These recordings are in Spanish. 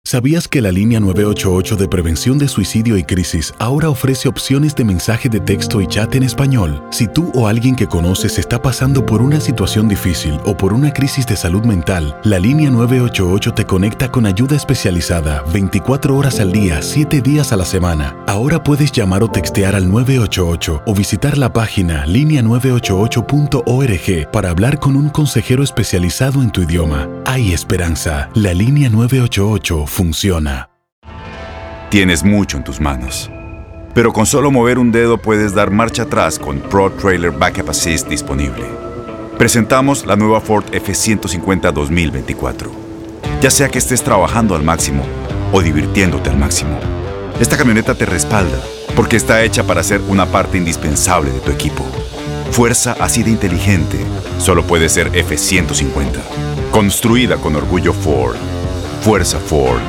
¿Sabías que la línea 988 de prevención de suicidio y crisis ahora ofrece opciones de mensaje de texto y chat en español? Si tú o alguien que conoces está pasando por una situación difícil o por una crisis de salud mental, la línea 988 te conecta con ayuda especializada 24 horas al día, 7 días a la semana. Ahora puedes llamar o textear al 988 o visitar la página linea988.org para hablar con un consejero especializado en tu idioma. Hay esperanza. La línea 988 funciona. Tienes mucho en tus manos, pero con solo mover un dedo puedes dar marcha atrás con Pro Trailer Backup Assist disponible. Presentamos la nueva Ford F-150 2024. Ya sea que estés trabajando al máximo o divirtiéndote al máximo, esta camioneta te respalda porque está hecha para ser una parte indispensable de tu equipo. Fuerza así de inteligente solo puede ser F-150. Construida con orgullo Ford. Fuerza Ford.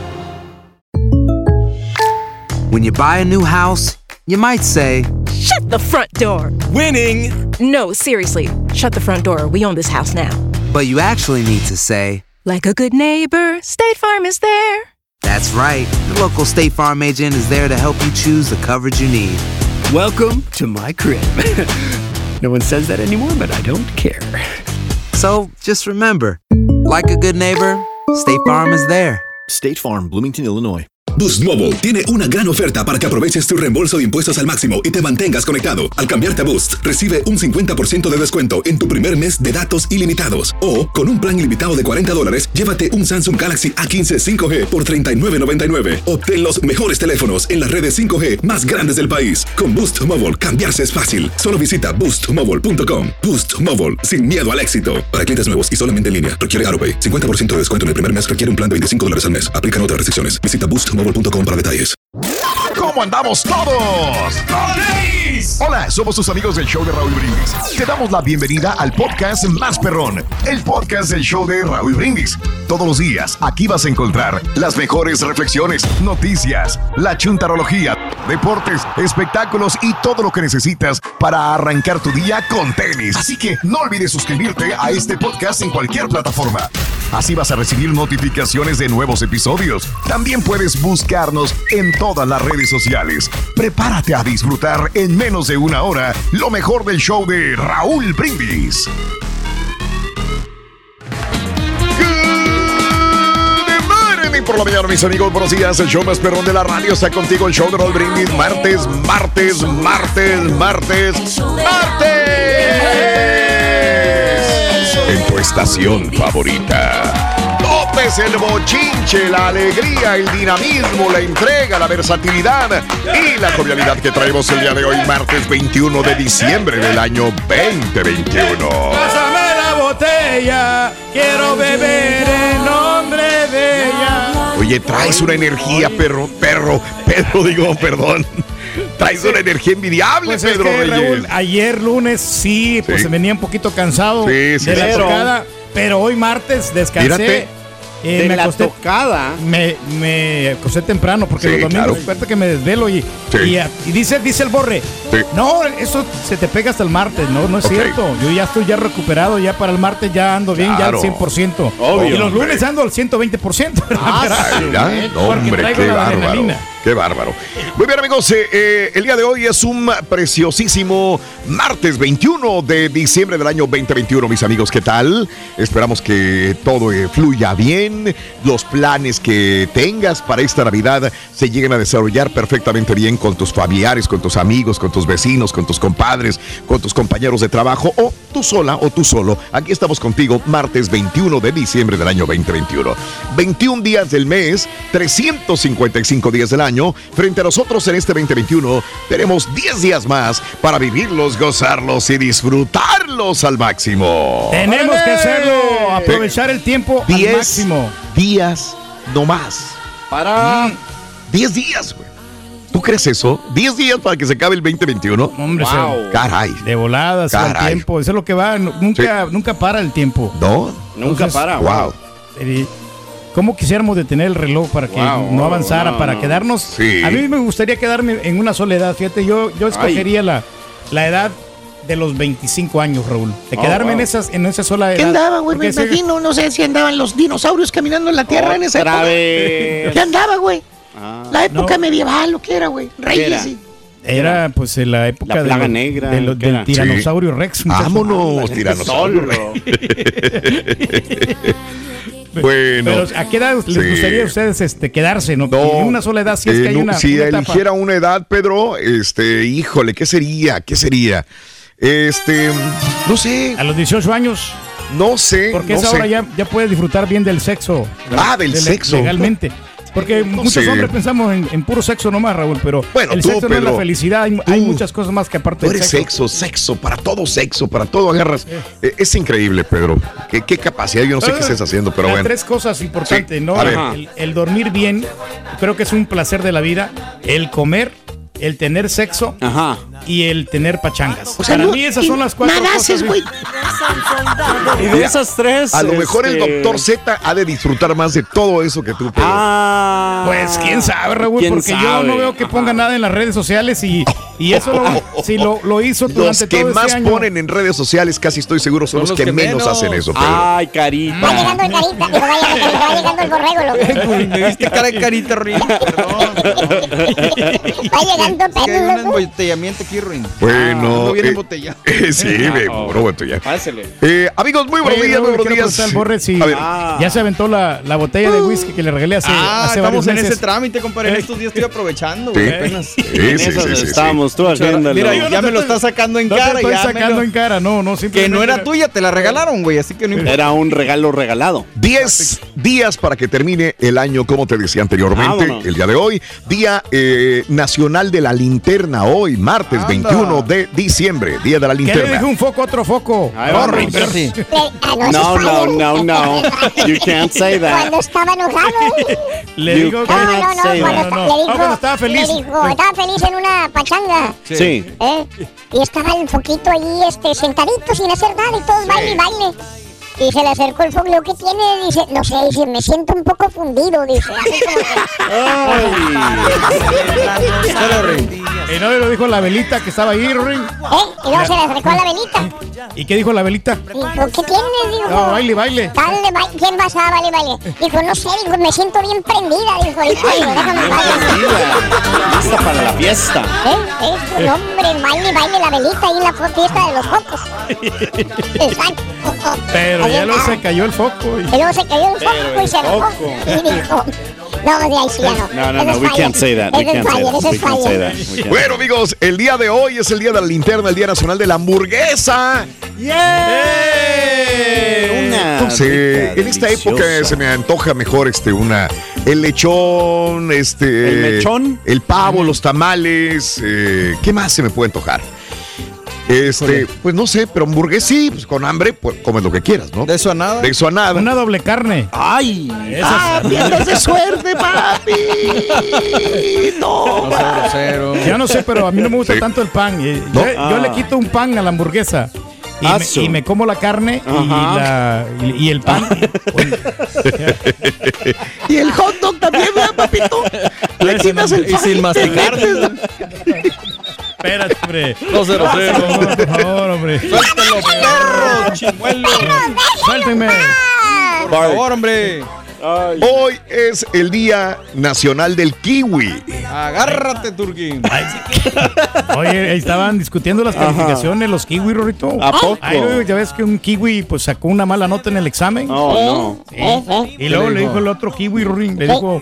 When you buy a new house, you might say, "Shut the front door." Winning! No, seriously. Shut the front door. We own this house now. but you actually need to say, like a good neighbor, State Farm is there. That's right. The local State Farm agent is there to help you choose the coverage you need. Welcome to my crib. No one says that anymore, but I don't care. So just remember, like a good neighbor, State Farm is there. State Farm, Bloomington, Illinois. Boost Mobile tiene una gran oferta para que aproveches tu reembolso de impuestos al máximo y te mantengas conectado. Al cambiarte a Boost, recibe un 50% de descuento en tu primer mes de datos ilimitados. O, con un plan ilimitado de $40, llévate un Samsung Galaxy A15 5G por $39.99. Obtén los mejores teléfonos en las redes 5G más grandes del país. Con Boost Mobile, cambiarse es fácil. Solo visita boostmobile.com. Boost Mobile, sin miedo al éxito. Para clientes nuevos y solamente en línea, requiere AutoPay. 50% de descuento en el primer mes requiere un plan de $25 al mes. Aplican otras restricciones. Visita boostmobile.com para detalles. ¿Cómo andamos todos? Hola, somos tus amigos del show de Raúl Brindis. Te damos la bienvenida al podcast más perrón, el podcast del show de Raúl Brindis. Todos los días aquí vas a encontrar las mejores reflexiones, noticias, la chuntarología, deportes, espectáculos y todo lo que necesitas para arrancar tu día con tenis. Así que no olvides suscribirte a este podcast en cualquier plataforma. Así vas a recibir notificaciones de nuevos episodios. También puedes buscarnos en todas las redes sociales. Prepárate a disfrutar en menos de una hora lo mejor del show de Raúl Brindis. Por la mañana, mis amigos, buenos días. El show más perrón de la radio está contigo. El show de Raúl Brindis. Martes. En tu estación favorita. Topes el bochinche, la alegría, el dinamismo, la entrega, la versatilidad y la jovialidad que traemos el día de hoy, martes 21 de diciembre del año 2021. Pásame la botella, quiero beber en nombre de ella. Oye, traes una energía, Pedro. Traes una energía envidiable, pues Pedro Reyes. Raúl, ayer lunes sí, pues venía un poquito cansado de la tocada, pero hoy martes descansé. Mírate. De me acosté, tocada. Me acosté temprano porque los domingos recuerda que me desvelo y dice el Borre, no, eso se te pega hasta el martes. No es cierto. Yo ya estoy recuperado, ya para el martes ya ando bien, ya al 100%. Obvio, y los lunes ando al 120%. Hombre, qué bárbaro. Qué bárbaro. Muy bien, amigos, el día de hoy es un preciosísimo martes 21 de diciembre del año 2021, mis amigos. ¿Qué tal? Esperamos que todo fluya bien, los planes que tengas para esta Navidad se lleguen a desarrollar perfectamente bien con tus familiares, con tus amigos, con tus vecinos, con tus compadres, con tus compañeros de trabajo o tú sola o tú solo. Aquí estamos contigo, martes 21 de diciembre del año 2021. 21 días del mes, 355 días del año. Frente a nosotros en este 2021 tenemos 10 días más para vivirlos, gozarlos y disfrutarlos al máximo. Tenemos que hacerlo, aprovechar el tiempo al máximo. 10 días no más. Para 10 días, güey. ¿Tú crees eso? 10 días para que se acabe el 2021. Hombre, caray. De volada, el tiempo. Eso es lo que va. Nunca para el tiempo. No. Nunca para. Wow. ¿Cómo quisiéramos detener el reloj para que no avanzara, para quedarnos? Sí. A mí me gustaría quedarme en una sola edad. Fíjate, yo escogería la edad de los 25 años, Raúl. De quedarme en esa sola edad. ¿Qué andaban, güey? Me imagino, no sé si andaban los dinosaurios caminando en la Tierra en esa época. ¿Qué andaba, güey? La época medieval, ¿o qué era, güey? Reyes y... Era pues en la época la plaga negra, del tiranosaurio Rex. Vámonos, tiranosaurio Rex. Bueno. Pero ¿a qué edad les gustaría a ustedes quedarse? ¿No? En una sola edad, si es que hay una. Si una eligiera una edad, Pedro, híjole, ¿qué sería? No sé. A los 18 años. No sé. Porque esa hora ya puedes disfrutar bien del sexo. Del sexo. Legalmente. Porque muchos hombres pensamos en puro sexo nomás, Raúl, pero el sexo no es la felicidad, hay muchas cosas más que aparte del sexo. Sexo, para todo agarras. Es increíble, Pedro. ¿Qué capacidad? Yo no sé qué estés haciendo, pero bueno. Tres cosas importantes, ¿no? El dormir bien, creo que es un placer de la vida. El comer, el tener sexo y el tener pachangas. O sea, para mí esas son las cuatro cosas. Güey. Y de esas tres... A lo mejor el Dr. Z ha de disfrutar más de todo eso que tú, Pedro. Pues quién sabe, Raúl, porque yo no veo que ponga nada en las redes sociales y eso si lo hizo durante todo este año. Los que más ponen en redes sociales, casi estoy seguro, son los que menos hacen eso, Pedro. Ay, Carita. Va llegando el Carita, va llegando el borrego, loco. Me viste cara de Carita, Ruin. Va llegando Pedro, un embotellamiento aquí, Ruin. Bueno. No viene embotellado. Sí, puro botella. Pásele. Amigos, muy buenos días, muy buenos días. El Borre, ya se aventó la botella de whisky que le regalé hace varios meses. En ese trámite, compadre. En estos días estoy aprovechando, güey. Apenas. Sí. Estábamos tú haciendo. Mira, ya me lo está sacando en cara. Estoy sacando en cara, no. Que no era tuya, te la regalaron, güey. Así que no importa. Era un regalo regalado. 10 días para que termine el año, como te decía anteriormente. Vámonos. El día de hoy, Día Nacional de la Linterna. Hoy, martes 21 de diciembre, Día de la Linterna. ¿Qué le dijo un foco a otro foco? No. You can't say that. Cuando estaba enojado. Le digo cuando estaba feliz. Le dijo, estaba feliz en una pachanga. Sí. Y estaba el foquito ahí sentadito sin hacer nada y todos baile. Y se le acercó el foco, lo que tiene, dice, no sé, dice, me siento un poco fundido, dice. Y no le lo dijo la velita que estaba ahí, Ring. Y luego se le acercó a la velita. ¿Y qué dijo la velita? Dijo, ¿qué tienes? Dijo. No, baile. Dale, ¿quién vas a baile? Dijo, no sé, dijo, me siento bien prendida, dijo, déjame bailar. Lista para la fiesta. No, hombre, baile la velita ahí en la fiesta de los focos. Exacto. Pero ya luego se cayó el foco. Y luego se cayó el foco y se enojó. Y dijo, no, de ahí sí ya no. No, we can't say that. We can't say that. Bueno, amigos, el día de hoy es el Día de la Linterna, el Día Nacional de la Hamburguesa. Entonces, en esta época se me antoja mejor el lechón, el mechón, el pavo, los tamales, ¿qué más se me puede antojar? Pues no sé, pero hamburguesa sí, pues con hambre, pues comes lo que quieras, ¿no? De eso a nada. Una doble carne. ¡Ay! ¡Pierdes de suerte, papi! No, cero. Yo no sé, pero a mí no me gusta tanto el pan. Yo le quito un pan a la hamburguesa. Y me como la carne y el pan. Y el hot dog también, ¿verdad, papito? Le quitas el pan. Y sin masticar. Espérate, hombre. 2-0. Por favor, hombre. Suéltelo, perro, chimuelo. Suéltenme. Por favor, hombre. Hoy es el Día Nacional del Kiwi. Agárrate, Turquín. Oye, estaban discutiendo las calificaciones, los kiwi, Rorito. ¿A poco? Ya ves que un kiwi pues sacó una mala nota en el examen. No. Y luego le dijo el otro kiwi, Rorín, le dijo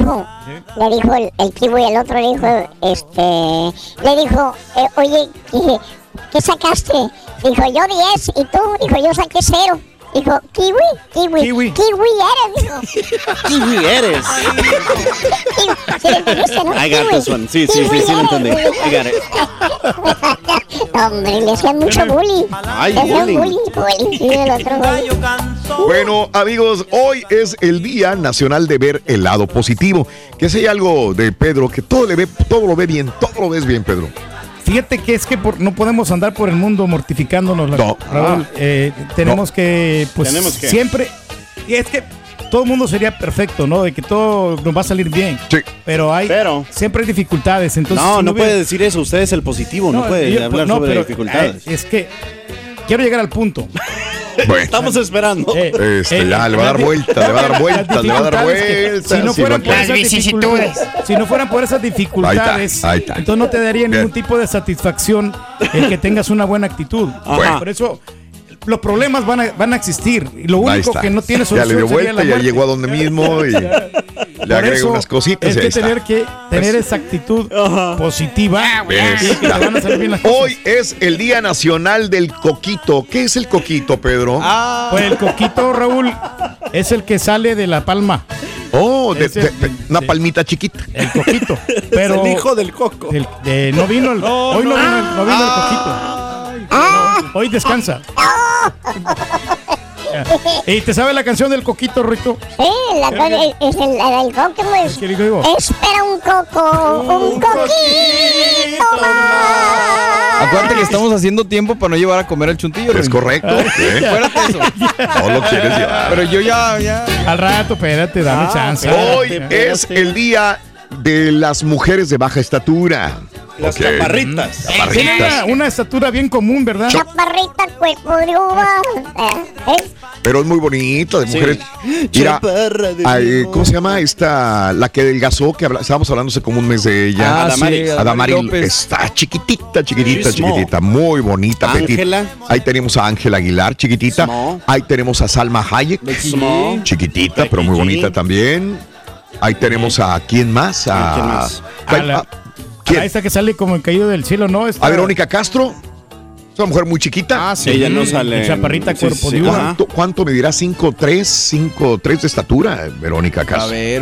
el kiwi, el otro le dijo, oye, ¿qué sacaste? Dijo, yo 10, ¿y tú? Dijo, yo saqué 0. Dijo, kiwi eres, dijo. Kiwi eres. ¿Sí lo entendiste, no? I got this one. Sí, lo entendí. I got it. Hombre, le hacían mucho bullying. Ay, bullying. Y el otro bullying. Bueno, amigos, hoy es el Día Nacional de ver el lado positivo. Que si hay algo de Pedro, que todo lo ve bien, todo lo ves bien, Pedro. Fíjate que es que no podemos andar por el mundo mortificándonos, Raúl. Tenemos que siempre. Y es que todo el mundo sería perfecto, ¿no? De que todo nos va a salir bien. Sí. Pero siempre hay dificultades. Entonces, no puede decir eso. Usted es el positivo. No puede hablar sobre dificultades. Es que quiero llegar al punto. Bueno. Estamos esperando. Ya le va a dar vueltas, Si no fueran por esas dificultades, ahí está. entonces no te daría ningún tipo de satisfacción el que tengas una buena actitud. Por eso los problemas van a existir. Y lo único que no tiene solución ya le dio sería vuelta, la ya muerte. llegó a donde mismo y le agrega unas cositas. Es que tener esa actitud positiva y que te van a salir bien las cosas. Hoy es el Día Nacional del Coquito. ¿Qué es el coquito, Pedro? Pues el coquito, Raúl, es el que sale de la palma. Una palmita chiquita. El coquito. Pero es el hijo del coco. Hoy no vino el coquito. Hoy descansa. ¿Y te sabe la canción del coquito, Rito? Sí, la del coco. ¿Qué digo? Espera un coquito más. Acuérdate que estamos haciendo tiempo para no llevar a comer el chuntillo. Es correcto. Fuérate eso. No lo quieres llevar. Pero yo ya. Al rato, espérate, dame chance. Hoy es el día de las mujeres de baja estatura. Las chaparritas. Tienen una estatura bien común, ¿verdad? Chaparrita, cuerpo de uva. Pero es muy bonita, de mujeres. Mira, ¿cómo se llama esta? La que adelgazó, que estábamos hablando hace como un mes de ella. Adamari está chiquitita, muy bonita. Ángela. Ahí tenemos a Ángela Aguilar, chiquitita. Ahí tenemos a Salma Hayek, chiquitita, pero muy bonita también. Ahí tenemos a ¿quién más? ¿Quién? Esta que sale como el caído del cielo, ¿no? A Verónica Castro. Es una mujer muy chiquita. Sí, ella no sale. Chaparrita, cuerpo de uva. ¿Cuánto medirá? 5'3" de estatura, Verónica Castro. A ver.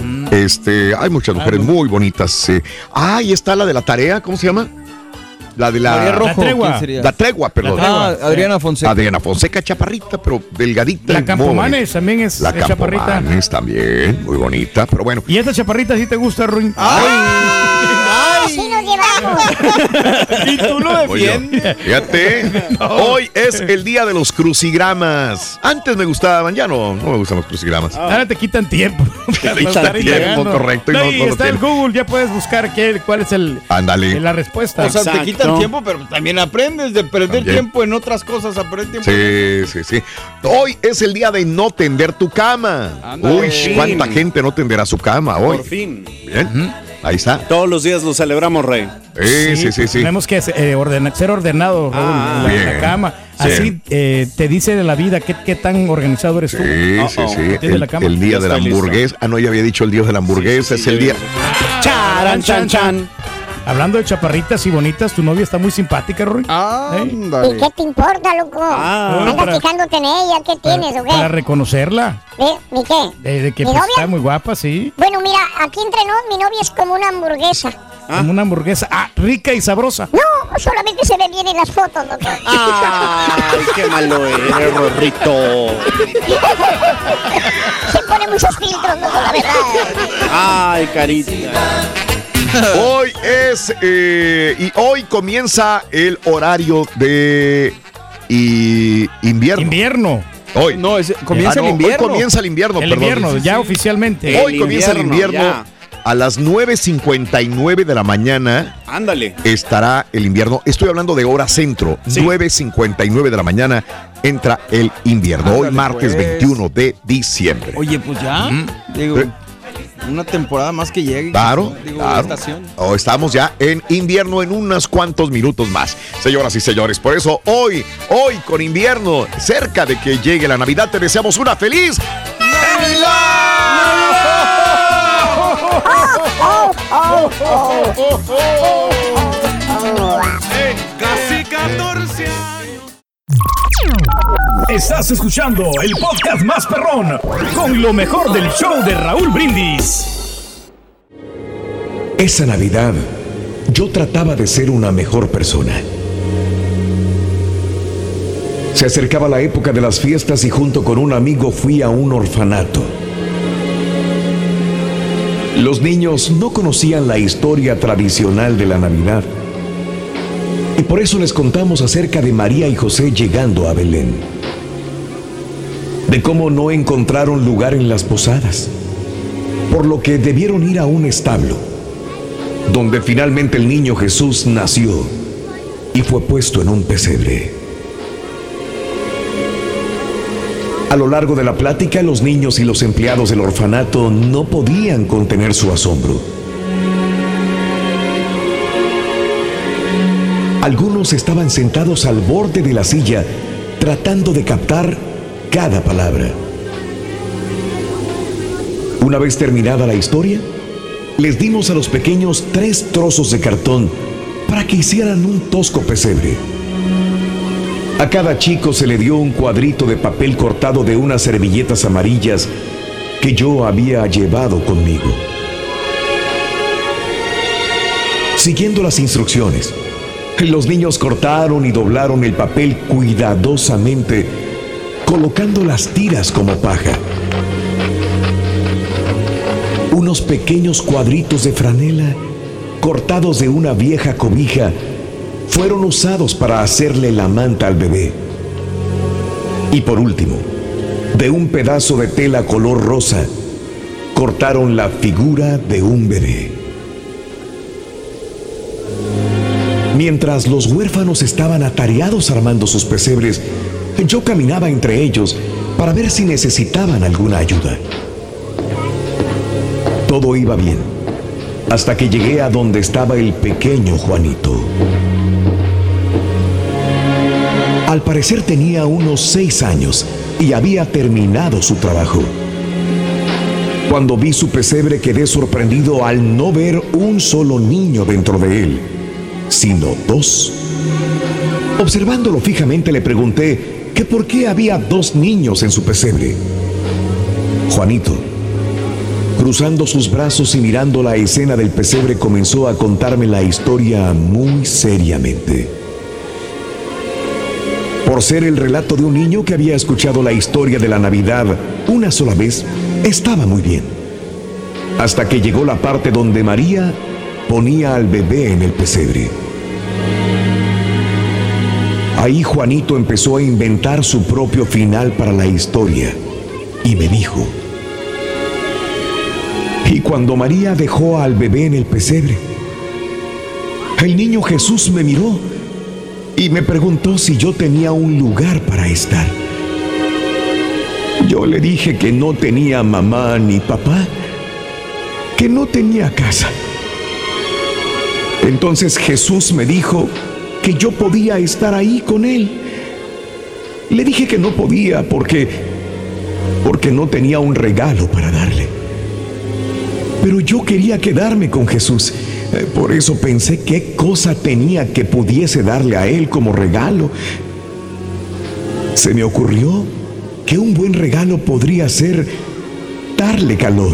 Hay muchas mujeres muy bonitas. Ahí está la de la tarea, ¿cómo se llama? La de la tregua. La tregua, perdón. Adriana Fonseca. Adriana Fonseca, chaparrita, pero delgadita. La Campomanes también es chaparrita. La Campomanes también, muy bonita, pero bueno. ¿Y esta chaparrita sí te gusta, Ruin? Sí nos llevamos. Y tú lo defiendes. Fíjate, hoy es el día de los crucigramas. Antes me gustaban, ya no me gustan los crucigramas. Ahora te quitan tiempo. Correcto. Y está en Google, ya puedes buscar cuál es la respuesta. O sea, te quitan tiempo, pero también aprendes de perder tiempo en otras cosas, aprender tiempo. Sí. Hoy es el día de no tender tu cama. Uy, cuánta gente no tenderá su cama hoy. Por fin. Bien. Ahí está. Todos los días lo celebramos, Rey. Sí. Tenemos que ser ordenado, Raúl, en la cama. Así te dice de la vida qué tan organizado eres tú. Sí. El día de la hamburguesa. No, ya había dicho el día de la hamburguesa. Es el día. Charan, chan. Hablando de chaparritas y bonitas, tu novia está muy simpática, Roy. ¿Y qué te importa, loco? ¿Andas fijándote en ella? ¿Qué tienes o qué? Para reconocerla. ¿Mi qué? De que pues, está muy guapa, sí. Bueno, mira, aquí entre nos, mi novia es como una hamburguesa. Como una hamburguesa. Rica y sabrosa. No, solamente se ve bien en las fotos, loco. Ay, qué malo eres, Rorrito. Se pone muchos filtros, loco, la verdad. Ay, carita. Hoy es y hoy comienza el horario de invierno. Hoy. No, comienza el invierno. Hoy comienza el invierno, perdón. Invierno, ya oficialmente. Hoy comienza el invierno. Ya. A las 9:59 de la mañana. Ándale. Estará el invierno. Estoy hablando de hora centro. 9:59 de la mañana entra el invierno. Ándale, hoy martes 21 de diciembre. Oye, pues ya. Digo, una temporada más que llegue. Claro. Estación. Estamos ya en invierno en unos cuantos minutos más. Señoras y señores, por eso hoy con invierno, cerca de que llegue la Navidad, te deseamos una feliz Navidad. Casi 14 años. Estás escuchando el podcast más perrón con lo mejor del show de Raúl Brindis. Esa Navidad yo trataba de ser una mejor persona. Se acercaba la época de las fiestas y junto con un amigo fui a un orfanato. Los niños no conocían la historia tradicional de la Navidad. Y por eso les contamos acerca de María y José llegando a Belén. De cómo no encontraron lugar en las posadas, por lo que debieron ir a un establo, donde finalmente el niño Jesús nació y fue puesto en un pesebre. A lo largo de la plática, los niños y los empleados del orfanato no podían contener su asombro. Algunos estaban sentados al borde de la silla, tratando de captar cada palabra. Una vez terminada la historia, les dimos a los pequeños 3 trozos de cartón para que hicieran un tosco pesebre. A cada chico se le dio un cuadrito de papel cortado de unas servilletas amarillas que yo había llevado conmigo. Siguiendo las instrucciones, los niños cortaron y doblaron el papel cuidadosamente, colocando las tiras como paja. Unos pequeños cuadritos de franela, cortados de una vieja cobija, fueron usados para hacerle la manta al bebé. Y por último, de un pedazo de tela color rosa, cortaron la figura de un bebé. Mientras los huérfanos estaban atareados armando sus pesebres, yo caminaba entre ellos para ver si necesitaban alguna ayuda. Todo iba bien, hasta que llegué a donde estaba el pequeño Juanito. Al parecer tenía unos 6 años y había terminado su trabajo. Cuando vi su pesebre quedé sorprendido al no ver un solo niño dentro de él, sino 2. Observándolo fijamente le pregunté que por qué había 2 niños en su pesebre. Juanito, cruzando sus brazos y mirando la escena del pesebre, comenzó a contarme la historia muy seriamente. Por ser el relato de un niño que había escuchado la historia de la Navidad una sola vez, estaba muy bien. Hasta que llegó la parte donde María ponía al bebé en el pesebre. Ahí Juanito empezó a inventar su propio final para la historia y me dijo: y cuando María dejó al bebé en el pesebre, el niño Jesús me miró y me preguntó si yo tenía un lugar para estar. Yo le dije que no tenía mamá ni papá, que no tenía casa. Entonces Jesús me dijo que yo podía estar ahí con él. Le dije que no podía porque no tenía un regalo para darle. Pero yo quería quedarme con Jesús. Por eso pensé qué cosa tenía que pudiese darle a él como regalo. Se me ocurrió que un buen regalo podría ser darle calor.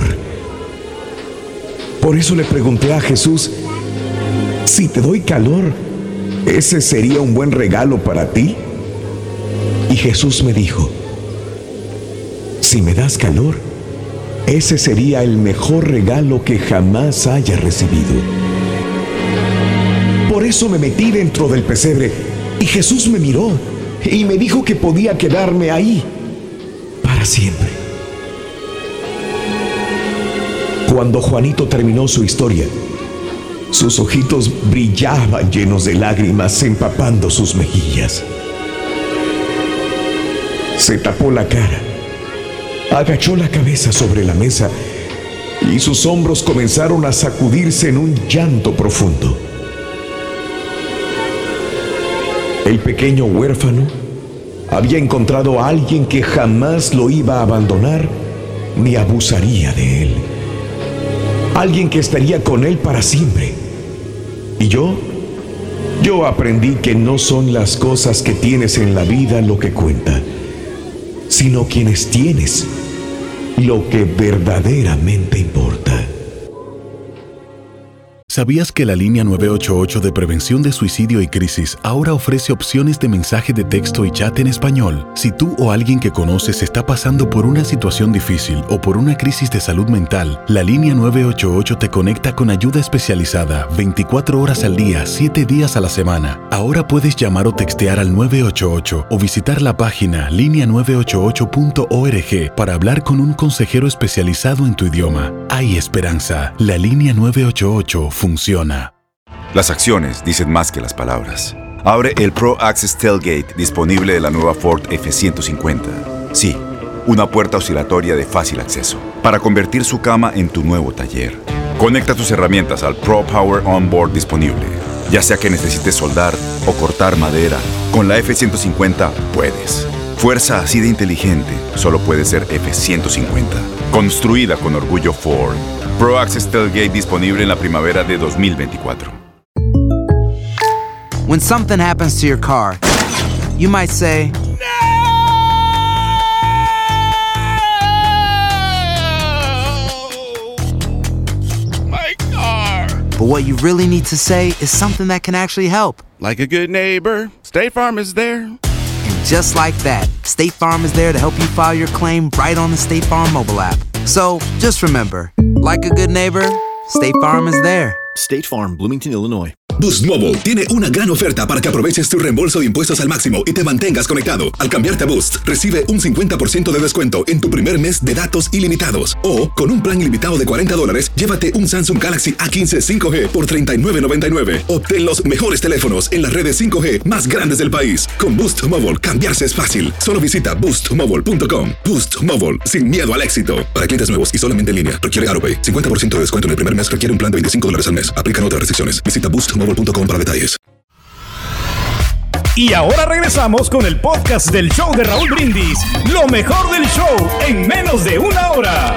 Por eso le pregunté a Jesús: si te doy calor, ¿ese sería un buen regalo para ti? Y Jesús me dijo: si me das calor, ese sería el mejor regalo que jamás haya recibido. Por eso me metí dentro del pesebre y Jesús me miró y me dijo que podía quedarme ahí para siempre. Cuando Juanito terminó su historia, sus ojitos brillaban llenos de lágrimas, empapando sus mejillas. Se tapó la cara, agachó la cabeza sobre la mesa y sus hombros comenzaron a sacudirse en un llanto profundo. El pequeño huérfano había encontrado a alguien que jamás lo iba a abandonar ni abusaría de él. Alguien que estaría con él para siempre. Y yo aprendí que no son las cosas que tienes en la vida lo que cuenta, sino quienes tienes lo que verdaderamente importa. ¿Sabías que la línea 988 de prevención de suicidio y crisis ahora ofrece opciones de mensaje de texto y chat en español? Si tú o alguien que conoces está pasando por una situación difícil o por una crisis de salud mental, la línea 988 te conecta con ayuda especializada 24 horas al día, 7 días a la semana. Ahora puedes llamar o textear al 988 o visitar la página linea988.org para hablar con un consejero especializado en tu idioma. Hay esperanza. La línea 988 funciona. Las acciones dicen más que las palabras. Abre el Pro Access Tailgate disponible de la nueva Ford F-150. Sí, una puerta oscilatoria de fácil acceso para convertir su cama en tu nuevo taller. Conecta tus herramientas al Pro Power Onboard disponible. Ya sea que necesites soldar o cortar madera, con la F-150 puedes. Fuerza así de inteligente solo puede ser F-150. Construida con orgullo Ford. Pro Access Tailgate disponible en la primavera de 2024. When something happens to your car, you might say, but what you really need to say is something that can actually help. Like a good neighbor, State Farm is there. And just like that, State Farm is there to help you file your claim right on the State Farm mobile app. So just remember, like a good neighbor, State Farm is there. State Farm, Bloomington, Illinois. Boost Mobile tiene una gran oferta para que aproveches tu reembolso de impuestos al máximo y te mantengas conectado. Al cambiarte a Boost, recibe un 50% de descuento en tu primer mes de datos ilimitados. O, con un plan ilimitado de $40, llévate un Samsung Galaxy A15 5G por $39.99. Obtén los mejores teléfonos en las redes 5G más grandes del país. Con Boost Mobile, cambiarse es fácil. Solo visita boostmobile.com. Boost Mobile, sin miedo al éxito. Para clientes nuevos y solamente en línea, requiere AroPay. 50% de descuento en el primer mes requiere un plan de $25 al mes. Aplican otras restricciones. Visita boostmobile.com para detalles. Y ahora regresamos con el podcast del show de Raúl Brindis. Lo mejor del show en menos de una hora.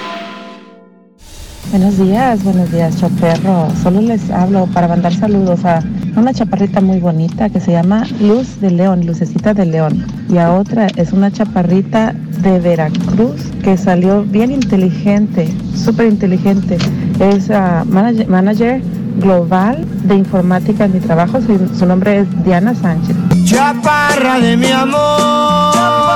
Buenos días, Choperro. Solo les hablo para mandar saludos a una chaparrita muy bonita que se llama Luz de León, Lucecita de León. Y a otra es una chaparrita de Veracruz que salió bien inteligente, súper inteligente. Es manager global de informática en mi trabajo. Su nombre es Diana Sánchez. Chaparra de mi amor.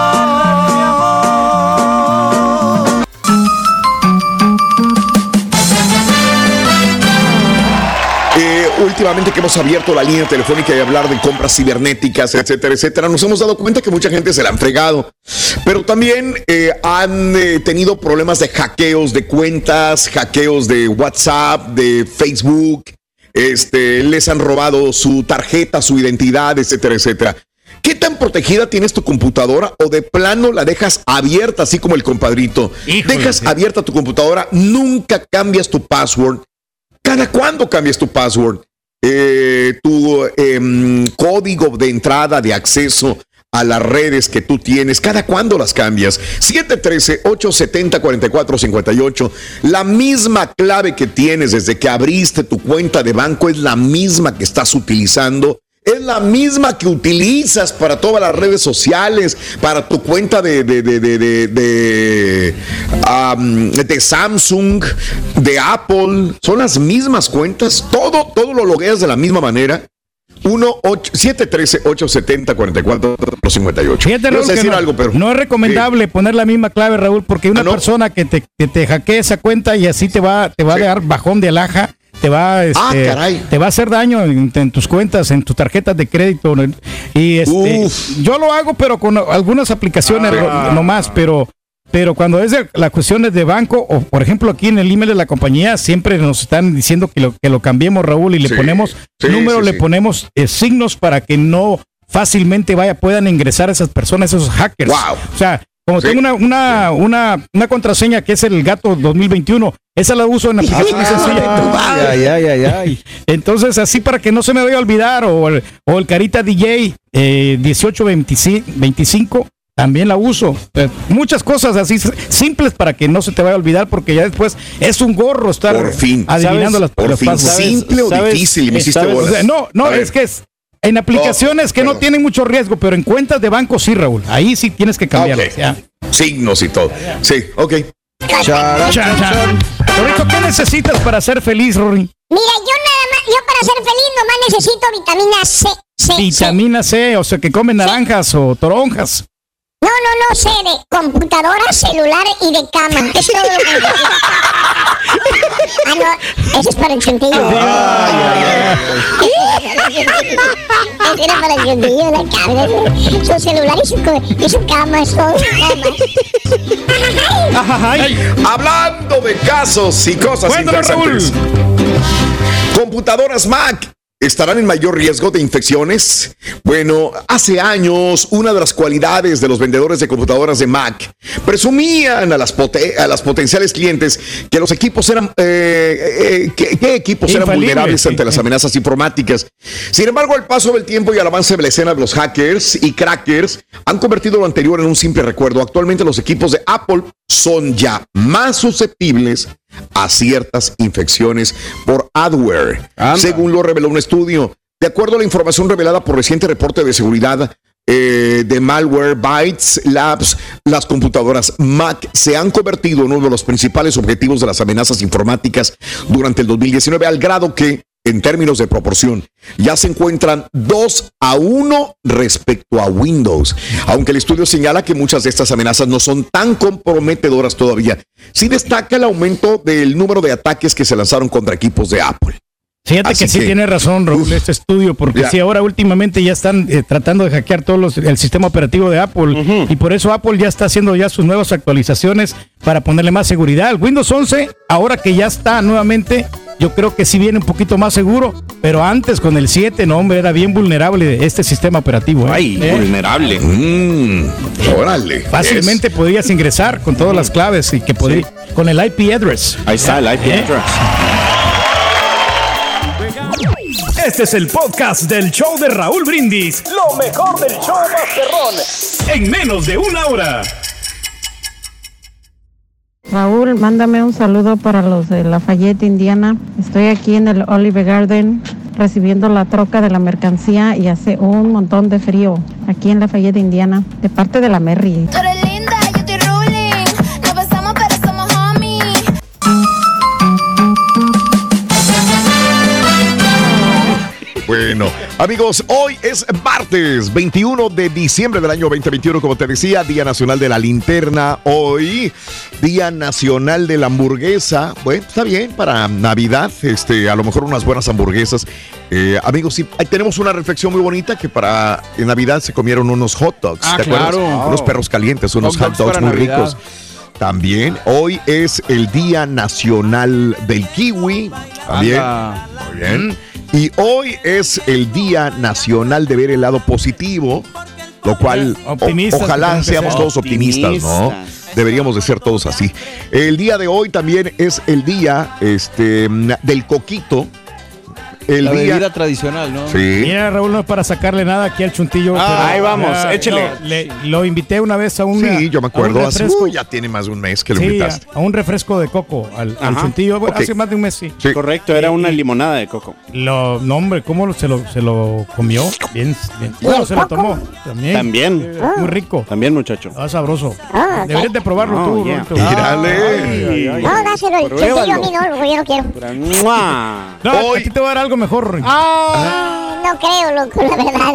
Últimamente que hemos abierto la línea telefónica y hablar de compras cibernéticas, etcétera, etcétera, nos hemos dado cuenta que mucha gente se la han fregado. Pero también han tenido problemas de hackeos de cuentas, hackeos de WhatsApp, de Facebook. Les han robado su tarjeta, su identidad, etcétera, etcétera. ¿Qué tan protegida tienes tu computadora o de plano la dejas abierta, así como el compadrito? Híjole, dejas abierta tu computadora, nunca cambias tu password. ¿Cada cuándo cambias tu password? Tu código de entrada, de acceso a las redes que tú tienes, ¿cada cuándo las cambias? 713-870-4458. La misma clave que tienes desde que abriste tu cuenta de banco es la misma que estás utilizando. Es la misma que utilizas para todas las redes sociales, para tu cuenta de Samsung, de Apple. Son las mismas cuentas. Todo lo logueas de la misma manera. 713-870-4458. Fíjate, Raúl, decir algo, pero no es recomendable poner la misma clave, Raúl, porque una persona que te hackee esa cuenta y así te va a dar bajón de alhaja. Te va a hacer daño en tus cuentas, en tus tarjetas de crédito. Y yo lo hago, pero con algunas aplicaciones nomás, pero cuando es de las cuestiones de banco, o por ejemplo aquí en el email de la compañía, siempre nos están diciendo que lo cambiemos, Raúl, y le ponemos números, le ponemos signos para que no fácilmente puedan ingresar esas personas, esos hackers. Wow. O sea, como tengo una contraseña que es el Gato 2021, esa la uso en aplicaciones sencillas. Entonces, así para que no se me vaya a olvidar, o el Carita DJ 1825, también la uso. Muchas cosas así simples para que no se te vaya a olvidar, porque ya después es un gorro estar adivinando las pasos. Simple o difícil, me hiciste bolas. Es que es en aplicaciones que no tienen mucho riesgo, pero en cuentas de banco sí, Raúl.Í sí tienes que cambiarlas. Signos y todo. Sí, ok. Rorrito, ¿qué necesitas para ser feliz, Rory? Mira, yo para ser feliz nomás necesito vitamina C. Vitamina C, o sea, que comen naranjas o toronjas. No, sé, de computadora, celular y de cama. Es todo lo que necesito. No, eso es para el chantillo. Eso era para el chantillo, la cama. Su celular y su cama, es todo. Hablando de casos y cosas interesantes. Computadoras Mac ¿Estarán en mayor riesgo de infecciones? Bueno, hace años, una de las cualidades de los vendedores de computadoras de Mac presumían a las potenciales clientes que los equipos eran, ¿qué equipos eran vulnerables ante las amenazas informáticas? Sin embargo, al paso del tiempo y al avance de la escena de los hackers y crackers han convertido lo anterior en un simple recuerdo. Actualmente los equipos de Apple son ya más susceptibles a ciertas infecciones por adware, según lo reveló un estudio. De acuerdo a la información revelada por reciente reporte de seguridad de Malwarebytes Labs, las computadoras Mac se han convertido en uno de los principales objetivos de las amenazas informáticas durante el 2019, al grado que, en términos de proporción, ya se encuentran 2-1 respecto a Windows. Aunque el estudio señala que muchas de estas amenazas no son tan comprometedoras todavía, sí destaca el aumento del número de ataques que se lanzaron contra equipos de Apple. Fíjate que sí tiene razón, Raúl, este estudio, porque sí, ahora últimamente ya están tratando de hackear el sistema operativo de Apple, y por eso Apple ya está haciendo ya sus nuevas actualizaciones para ponerle más seguridad. El Windows 11, ahora que ya está nuevamente, yo creo que sí viene un poquito más seguro, pero antes con el 7, no, hombre, era bien vulnerable este sistema operativo. Ay, vulnerable. Órale. Fácilmente podías ingresar con todas las claves y que con el IP address. Ahí está el IP address. Este es el podcast del show de Raúl Brindis. Lo mejor del show Masterrón. En menos de una hora. Raúl, mándame un saludo para los de Lafayette, Indiana. Estoy aquí en el Olive Garden recibiendo la troca de la mercancía y hace un montón de frío aquí en Lafayette, Indiana, de parte de la Merry. Tú eres linda, yo estoy ruling. No besamos, pero somos homies. Bueno, amigos, hoy es martes 21 de diciembre del año 2021, como te decía, Día Nacional de la Linterna. Hoy, Día Nacional de la Hamburguesa. Bueno, está bien para Navidad, a lo mejor unas buenas hamburguesas. Amigos, sí, ahí tenemos una reflexión muy bonita que para Navidad se comieron unos hot dogs. ¿Te acuerdas? Unos perros calientes, unos hot dogs muy ricos. También hoy es el Día Nacional del Kiwi. También. Muy bien. Y hoy es el Día Nacional de ver el lado positivo, lo cual ojalá seamos todos optimistas, ¿no? Deberíamos de ser todos así. El día de hoy también es el día del coquito. La bebida tradicional, ¿no? Sí. Mira, Raúl, no es para sacarle nada aquí al chuntillo. Ahí vamos, échele. Lo invité una vez a un. Sí, yo me acuerdo. Ya tiene más de un mes que lo invitaste. A un refresco de coco al chuntillo. Bueno, hace más de un mes, sí. Correcto, era una limonada de coco. No, hombre, ¿cómo se lo comió? Bien. Bueno, se lo tomó. También. Muy rico. También, muchacho. Sabroso. Deberías de probarlo tú, Mírale. No, dáselo el chuntillo a mí, no, yo no quiero. No, aquí te voy a dar algo mejor. No creo, loco, la verdad.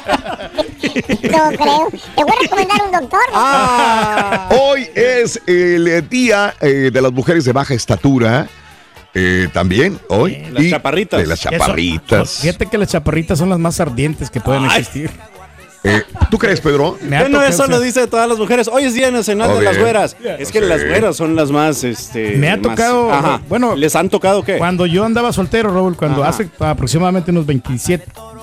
No creo. Te voy a recomendar un doctor. Hoy es el día de las mujeres de baja estatura. También hoy. Las chaparritas. De las chaparritas. Fíjate que las chaparritas son las más ardientes que pueden existir. ¿Tú crees, Pedro? Bueno, eso lo dice de todas las mujeres. Hoy es Día Nacional de las Güeras. Es que las güeras son las más, Me ha tocado, bueno, ¿les han tocado qué? Cuando yo andaba soltero, Raúl, cuando hace aproximadamente unos 27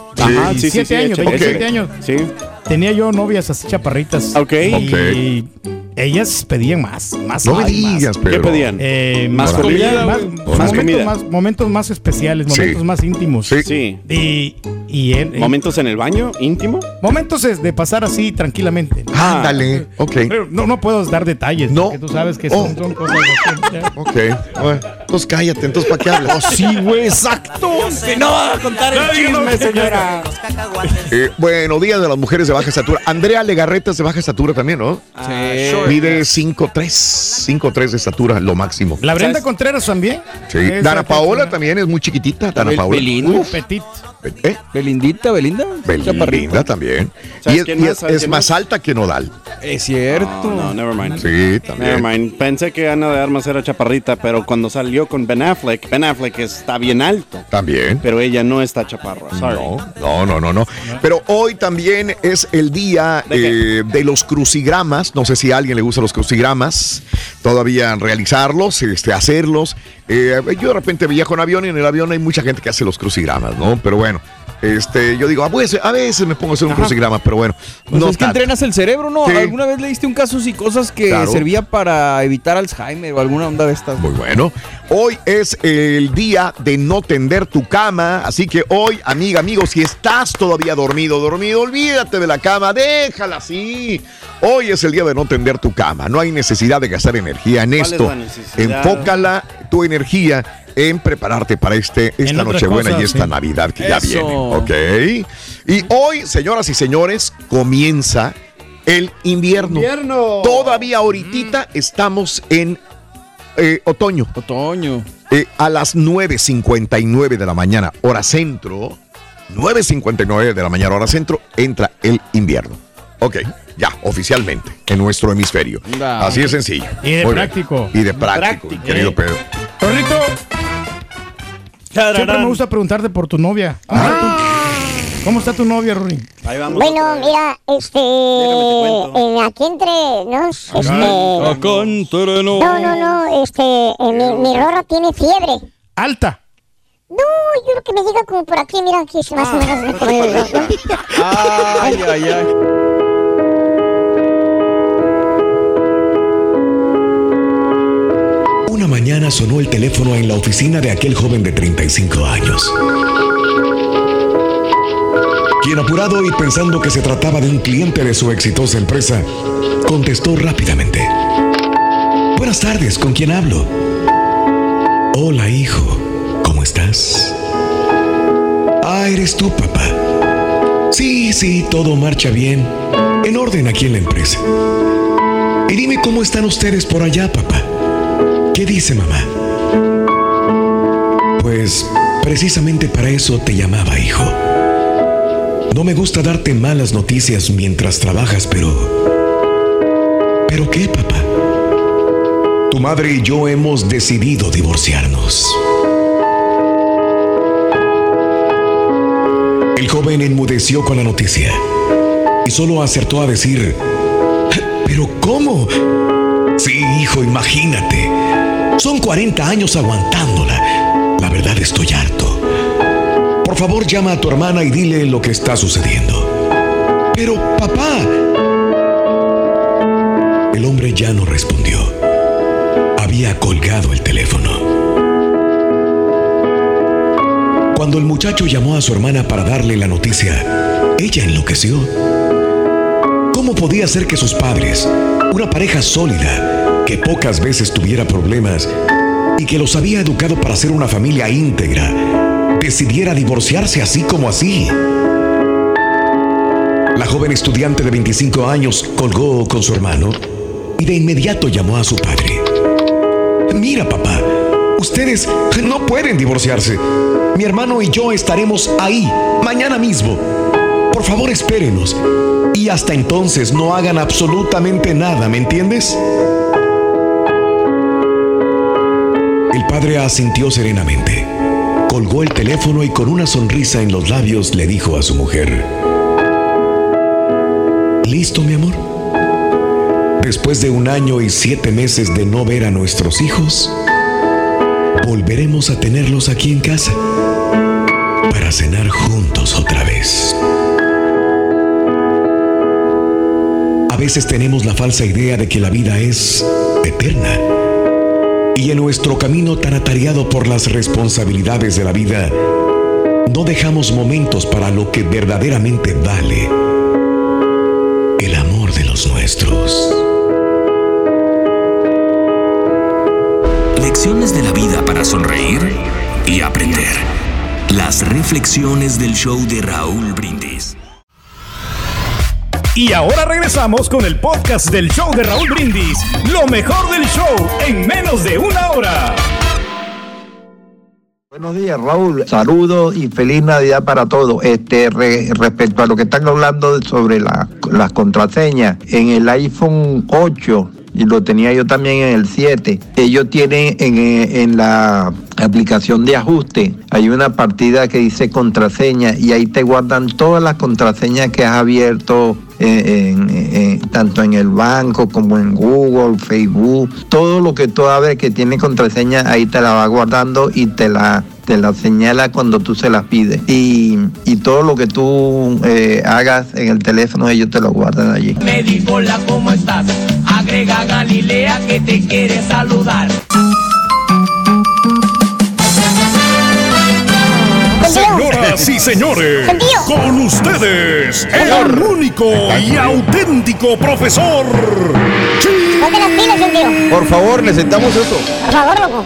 años. Sí. Tenía yo novias así chaparritas. Ok. Y ellas pedían más. No me digas, Pedro. ¿Qué pedían? Más comida. Más comida. Momentos más especiales, momentos más íntimos. Sí. ¿Momentos en el baño? ¿Íntimo? Momentos de pasar así tranquilamente. Ándale, ok. Pero no puedo dar detalles, porque tú sabes que son cosas así. Ok. Bueno, entonces cállate, entonces ¿para qué hablas? Sí, güey, exacto. Que no va a contar el chisme, señora. Bueno, Día de las Mujeres de baja estatura. Andrea Legarreta es de baja estatura también, ¿no? Sí. Mide 5'3" de estatura, lo máximo. La Brenda Contreras también. Sí. Dana Paola también es muy chiquitita. Dana Paola. Petit. Belinda. Belinda también. Y es más alta que Nodal. Es cierto. No, never mind. Sí, también. Never mind. Pensé que Ana de Armas era chaparrita, pero cuando salió con Ben Affleck está bien alto. También. Pero ella no está chaparra. Sorry. No. Pero hoy también es el día de los crucigramas. No sé si a alguien le gustan los crucigramas. Todavía realizarlos, hacerlos. Yo de repente viajo en avión y en el avión hay mucha gente que hace los crucigramas, ¿no? Pero bueno. Yo digo, a veces me pongo a hacer un crucigrama, pero bueno. Pues no es que entrenas el cerebro, ¿no? Sí. ¿Alguna vez leíste un caso y cosas que servía para evitar Alzheimer o alguna onda de estas? Muy bueno. Hoy es el día de no tender tu cama, así que hoy, amigo, si estás todavía dormido, olvídate de la cama, déjala así. Hoy es el día de no tender tu cama, no hay necesidad de gastar energía en esto. Enfócala tu energía en prepararte para esta Nochebuena y esta Navidad que ya viene, ¿ok? Y hoy, señoras y señores, comienza el invierno. Todavía ahorita estamos en otoño. A las 9:59 de la mañana, hora centro, 9:59 de la mañana, hora centro, entra el invierno. Ok, ya, oficialmente, en nuestro hemisferio. Así de sencillo. Y de práctico. Y de práctico, querido Pedro. Rorrito, siempre me gusta preguntarte por tu novia. ¿Cómo está tu novia, Rory? Ahí vamos. Bueno, mira, aquí entre nos, mi Rorra tiene fiebre. ¿Alta? No, yo creo que me diga como por aquí, mira, aquí más o menos me come. Ay. Una mañana sonó el teléfono en la oficina de aquel joven de 35 años. Quien, apurado y pensando que se trataba de un cliente de su exitosa empresa, contestó rápidamente. Buenas tardes, ¿con quién hablo? Hola, hijo, ¿cómo estás? Ah, ¿eres tú, papá? Sí, todo marcha bien. En orden aquí en la empresa. Y dime cómo están ustedes por allá, papá. ¿Qué dice mamá? Pues precisamente para eso te llamaba, hijo. No me gusta darte malas noticias mientras trabajas, pero... ¿Pero qué, papá? Tu madre y yo hemos decidido divorciarnos. El joven enmudeció con la noticia y solo acertó a decir: ¿pero cómo? Sí, hijo, imagínate. Son 40 años aguantándola. La verdad, estoy harto. Por favor, llama a tu hermana y dile lo que está sucediendo. Pero, papá... El hombre ya no respondió. Había colgado el teléfono. Cuando el muchacho llamó a su hermana para darle la noticia, ella enloqueció. ¿Cómo podía ser que sus padres, una pareja sólida, que pocas veces tuviera problemas y que los había educado para ser una familia íntegra, decidiera divorciarse así como así? La joven estudiante de 25 años colgó con su hermano y de inmediato llamó a su padre. Mira, papá, ustedes no pueden divorciarse. Mi hermano y yo estaremos ahí mañana mismo. Por favor, espérenos. Y hasta entonces no hagan absolutamente nada, ¿me entiendes? El padre asintió serenamente. Colgó el teléfono y con una sonrisa en los labios le dijo a su mujer: ¿listo, mi amor? Después de 1 año y 7 meses de no ver a nuestros hijos, volveremos a tenerlos aquí en casa para cenar juntos otra vez. A veces tenemos la falsa idea de que la vida es eterna. Y en nuestro camino tan atareado por las responsabilidades de la vida, no dejamos momentos para lo que verdaderamente vale: el amor de los nuestros. Lecciones de la vida para sonreír y aprender. Las reflexiones del show de Raúl Brindis. Y ahora regresamos con el podcast del show de Raúl Brindis. Lo mejor del show en menos de 1 hora. Buenos días, Raúl. Saludos y feliz Navidad para todos. Respecto a lo que están hablando sobre las contraseñas, en el iPhone 8, y lo tenía yo también en el 7, ellos tienen en la aplicación de ajuste, hay una partida que dice contraseña y ahí te guardan todas las contraseñas que has abierto, tanto en el banco como en Google, Facebook, todo lo que tú abres que tiene contraseña, ahí te la va guardando y te la señala cuando tú se las pides. Y todo lo que tú hagas en el teléfono, ellos te lo guardan allí. Me dijo, hola, ¿cómo estás? Agrega Galilea que te quiere saludar. Señoras y señores, con ustedes, el único y auténtico profesor. Ponte las pilas, sentido. Por favor, necesitamos eso. Por favor, loco.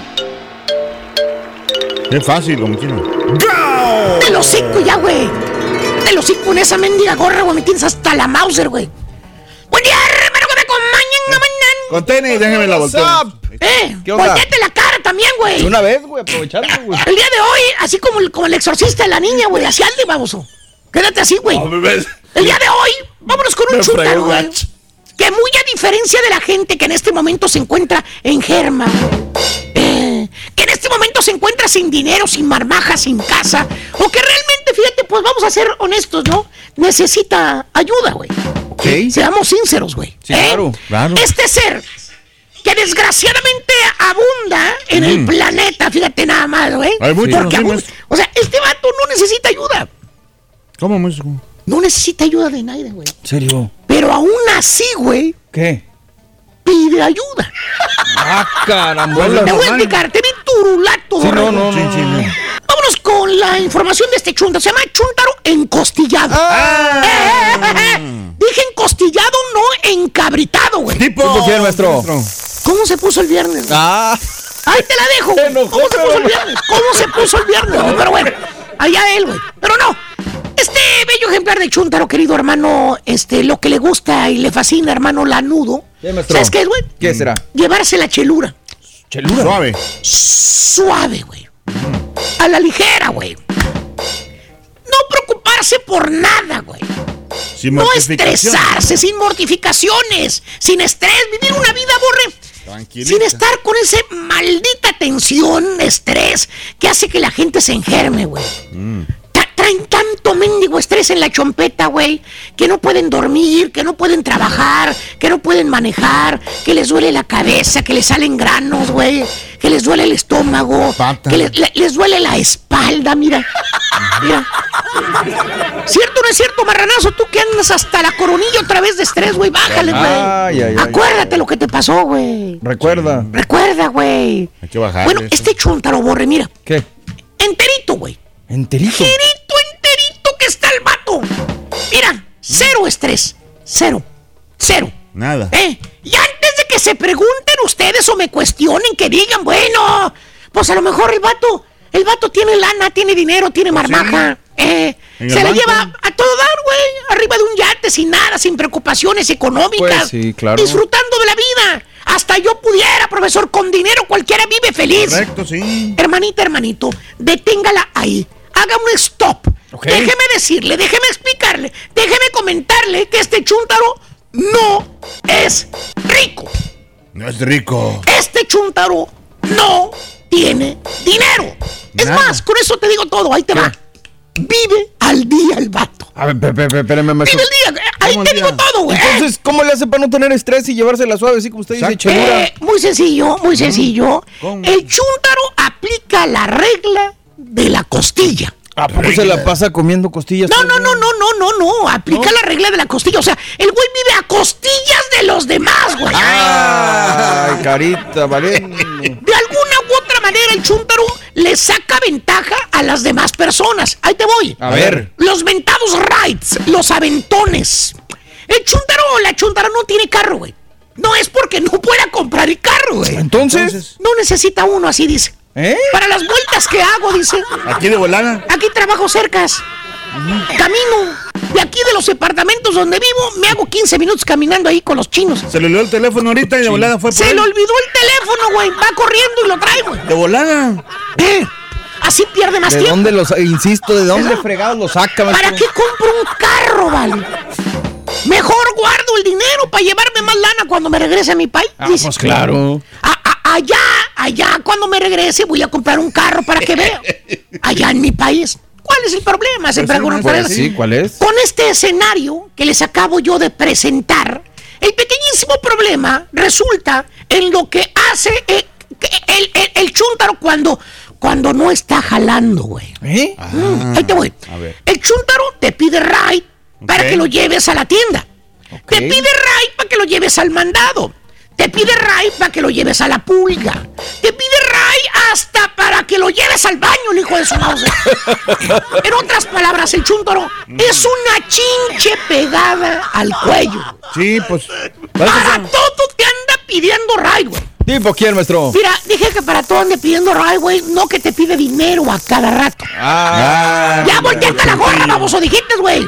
Es fácil, como quiero. ¡Gao! ¡Te lo hocico ya, güey! ¡Te lo hocico en esa mendiga gorra, güey! Me tienes hasta la Mauser, güey. ¡Buen día, hermano, que me acompañan a mañana! Con tenis, déjeme la voltear. ¿Qué onda? Volteate la cara también, güey. Una vez, güey, aprovechando, güey. El día de hoy, así como el exorcista de la niña, güey, así alde, baboso. Quédate así, güey. El día de hoy, vámonos con un chúntaro, güey. Que muy a diferencia de la gente que en este momento se encuentra enferma, que en este momento se encuentra sin dinero, sin marmaja, sin casa, o que realmente, fíjate, pues vamos a ser honestos, ¿no? Necesita ayuda, güey. Okay. Seamos sinceros, güey. Sí, claro. Este ser que desgraciadamente abunda en el planeta, fíjate nada más, güey. Hay muchos. Porque o sea, este vato no necesita ayuda. ¿Cómo, maestro? No necesita ayuda de nadie, güey. ¿En serio? Pero aún así, güey. ¿Qué? Pide ayuda. Ah, caramba. Te voy a explicar, te vi turulato. Sí, no. Vámonos con la información de este chúntaro. Se llama chúntaro encostillado. Dije encostillado, no encabritado, güey. ¿Tipo quién, maestro? ¿Cómo se puso el viernes? Ahí te la dejo, güey. ¿Cómo se puso el viernes? Pero bueno, allá él, güey. Pero no. Este bello ejemplar de chúntaro, querido hermano, lo que le gusta y le fascina, hermano, lanudo. ¿Sabes qué es, güey? ¿Qué será? Llevarse la chelura. ¿Chelura? Suave, güey. A la ligera, güey. No preocuparse por nada, güey. No estresarse, sin mortificaciones, sin estrés, vivir una vida, borre, sin estar con esa maldita tensión, estrés, que hace que la gente se enferme, güey. Traen tanto mendigo estrés en la chompeta, güey, que no pueden dormir, que no pueden trabajar, que no pueden manejar, que les duele la cabeza, que les salen granos, güey, que les duele el estómago, que les duele la espalda, mira. ¿Cierto o no es cierto, marranazo? Tú que andas hasta la coronilla otra vez de estrés, güey, bájale, güey. Acuérdate lo que te pasó, güey. Recuerda, güey. Hay que bajar. Bueno, este chúntaro, borre, mira. ¿Qué? Enterito, güey. ¿Enterito? Enterito que está el vato. Mira, cero estrés. Cero. Nada. Y antes de que se pregunten ustedes o me cuestionen, que digan, bueno, pues a lo mejor el vato tiene lana, tiene dinero, tiene marmaja. Se la lleva a todo dar, güey. Arriba de un yate, sin nada, sin preocupaciones económicas. Pues sí, claro. Disfrutando de la vida. Hasta yo pudiera, profesor, con dinero cualquiera vive feliz. Correcto, sí. Hermanito, deténgala ahí. Haga un stop. Okay. Déjeme decirle, déjeme explicarle, déjeme comentarle que este chúntaro no es rico. No es rico. Este chúntaro no tiene dinero. Es más, con eso te digo todo, ahí te va. Vive al día el vato. A ver, espérame, maestro. Vive al día, ahí te digo todo, güey. Entonces, ¿cómo le hace para no tener estrés y llevársela suave, así como usted dice, chelura? Muy sencillo. ¿Cómo? El chúntaro aplica la regla de la costilla. ¿A poco se la pasa comiendo costillas? No. Aplica la regla de la costilla. O sea, el güey vive a costillas de los demás, güey. Ay, carita, vale. De alguna u otra manera, el chúntaro le saca ventaja a las demás personas. Ahí te voy. A ver. Los mentados rides, los aventones. El chúntaro o la chúntara no tiene carro, güey. No es porque no pueda comprar el carro, güey. Entonces, no necesita uno, así dice. Para las vueltas que hago, dice. ¿Aquí de volada? Aquí trabajo cercas. Camino. De aquí de los departamentos donde vivo, me hago 15 minutos caminando ahí con los chinos. Se le olvidó el teléfono ahorita y de volada fue por Se le olvidó el teléfono, güey. Va corriendo y lo trae, güey. ¿De volada? así pierde más tiempo. ¿De dónde fregados lo saca? ¿Para qué compro un carro, vale? Mejor guardo el dinero para llevarme más lana cuando me regrese a mi país. Pues claro. Allá cuando me regrese voy a comprar un carro para que vea. Allá en mi país. ¿Cuál es el problema? Se preguntan. Sí, ¿cuál es? Con este escenario que les acabo yo de presentar, el pequeñísimo problema resulta en lo que hace el chúntaro cuando no está jalando, güey. Ahí te voy. El chúntaro te pide ride para que lo lleves a la tienda. Te pide ride para que lo lleves al mandado. Te pide ride para que lo lleves a la pulga. Te pide ride hasta para que lo lleves al baño, el hijo de su mouse. En otras palabras, el chúntaro es una chinche pegada al cuello. Sí, pues. Para todo te anda pidiendo ride, güey. ¿Tipo quién, maestro? Mira, dije que para todo ande pidiendo ride, güey, no que te pide dinero a cada rato. Ya volteaste la gorra, baboso, dijiste, güey.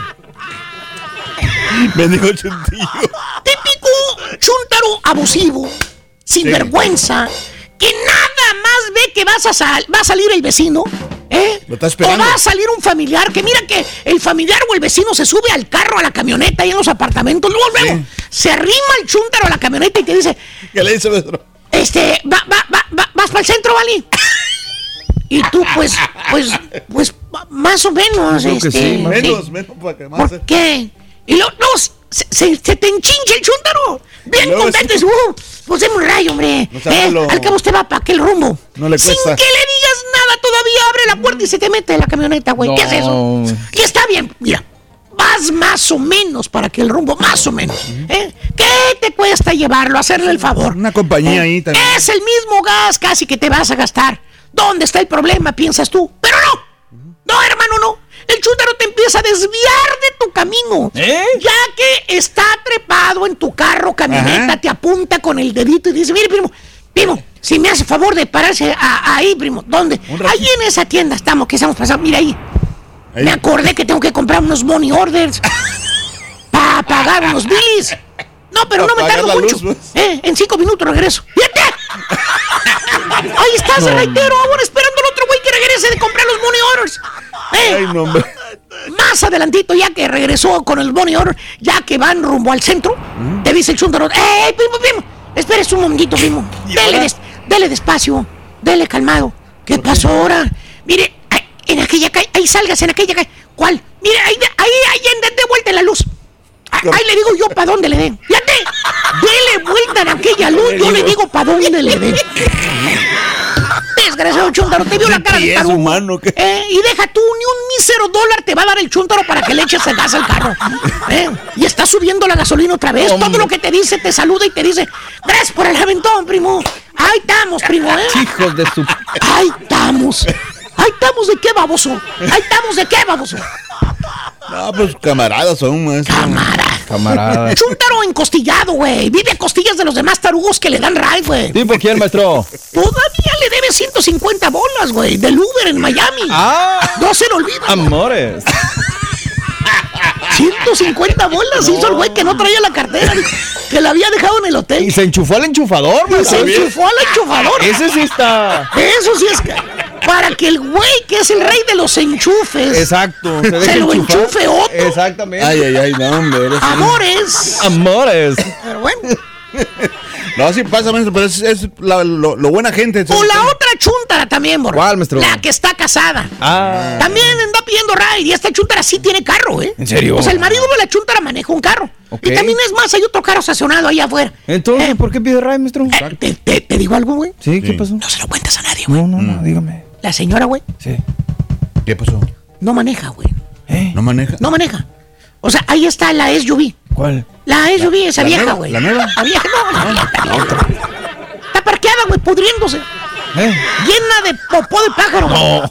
Me dijo Chuntillo. Típico chúntaro abusivo, sinvergüenza, que nada más ve que va a salir el vecino, Lo está esperando. O va a salir un familiar, que mira que el familiar o el vecino se sube al carro, a la camioneta, ahí en los apartamentos, luego se arrima el chúntaro a la camioneta y te dice, ¿qué le dice, maestro? Vas para el centro, ¿vale? Y tú, pues, más o menos, Creo que sí, menos para que más. ¿Por qué? Y luego, se te enchincha el chúntaro. Bien contento. Pues deme un rayo, hombre. Al cabo usted va para aquel rumbo. No le cuesta. Sin que le digas nada, todavía abre la puerta y se te mete en la camioneta, güey. No. ¿Qué es eso? Y está bien, mira. Vas más o menos para aquel rumbo, más o menos. ¿Qué te cuesta llevarlo, hacerle el favor? Una compañía ahí también. Es el mismo gas casi que te vas a gastar. ¿Dónde está el problema, piensas tú? Pero no. No, hermano, no. El chúntaro te empieza a desviar de tu camino. Ya que está trepado en tu carro, camioneta, te apunta con el dedito y dice, mire, primo, si me hace favor de pararse ahí, primo. ¿Dónde? Ahí en esa tienda que estamos pasando, mira ahí. Me acordé que tengo que comprar unos money orders para pagar unos bills. No, pero no me tardo mucho. En 5 minutos regreso. ¡Fíjate! Ahí estás, el reitero, ahora esperando al otro güey que regrese de comprar los money orders. Ay, no, hombre. Más adelantito, ya que regresó con el money order, ya que van rumbo al centro, te dice el chúntaro, primo, espérese un momentito, primo. Dele despacio, dele calmado. ¿Qué pasó ahora? Mire, en aquella calle, ahí salgas, en aquella calle. ¿Cuál? Mire, ahí de vuelta en la luz. Ahí le digo yo para dónde le den. Fíjate, dele vuelta en aquella luz, yo le digo para dónde le den. Desgraciado chúntaro, te vio la cara de tarugo. Humano, y deja tú, ni un mísero $1 te va a dar el chúntaro para que le eches el gas al carro. Y está subiendo la gasolina otra vez. Todo lo que te dice, te saluda y te dice, gracias por el aventón, primo. Ahí estamos, primo, Hijos de su... Ahí estamos. ¿De qué, baboso? No, pues camaradas son, maestro. Camaradas. Chúntaro encostillado, güey. Vive a costillas de los demás tarugos que le dan ride, güey. ¿Tipo quién, maestro? Todavía le debe 150 bolas, güey, del Uber en Miami. No se lo olvida. Amores. 150 bolas hizo el güey que no traía la cartera, que la había dejado en el hotel. Y se enchufó al enchufador, maestro. Ese sí está. Eso sí es que... Para que el güey que es el rey de los enchufes. Exacto. Se lo enchufe otro. Exactamente. Ay, no, hombre. Amores. Pero bueno. No, sí pasa, maestro, pero es lo buena gente. O la otra chúntara también, borro. ¿Cuál, maestro? La que está casada. También anda pidiendo ride. Y esta chúntara sí tiene carro, ¿eh? ¿En serio? O sea, el marido de la chúntara maneja un carro. Y también es más, hay otro carro estacionado ahí afuera. Entonces, ¿por qué pide ride, maestro? ¿Te digo algo, güey? Sí, ¿qué pasó? No se lo cuentas a nadie, güey. No, dígame. La señora, güey. Sí. ¿Qué pasó? No maneja, güey. ¿No maneja? No maneja. O sea, ahí está la SUV. ¿Cuál? La SUV, esa vieja, güey. ¿La nueva? La vieja, no, la otra. Está parqueada, güey, pudriéndose. Llena de popó de pájaro. No.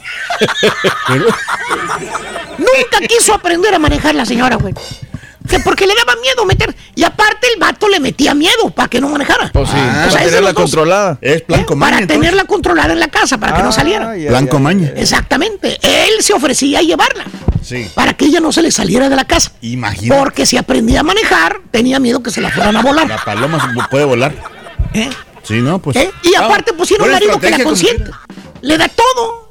Nunca quiso aprender a manejar la señora, güey. Que porque le daba miedo meter. Y aparte el vato le metía miedo para que no manejara. Pues sí, para tenerla controlada. Es plan con maña. Para tenerla controlada en la casa, para que no saliera. Plan con maña. Exactamente. Él se ofrecía a llevarla. Sí. Para que ella no se le saliera de la casa. Imagínate. Porque si aprendía a manejar, tenía miedo que se la fueran a volar. La paloma puede volar. Sí, no, pues. Y aparte pusieron un marido que la consiente. Le da todo,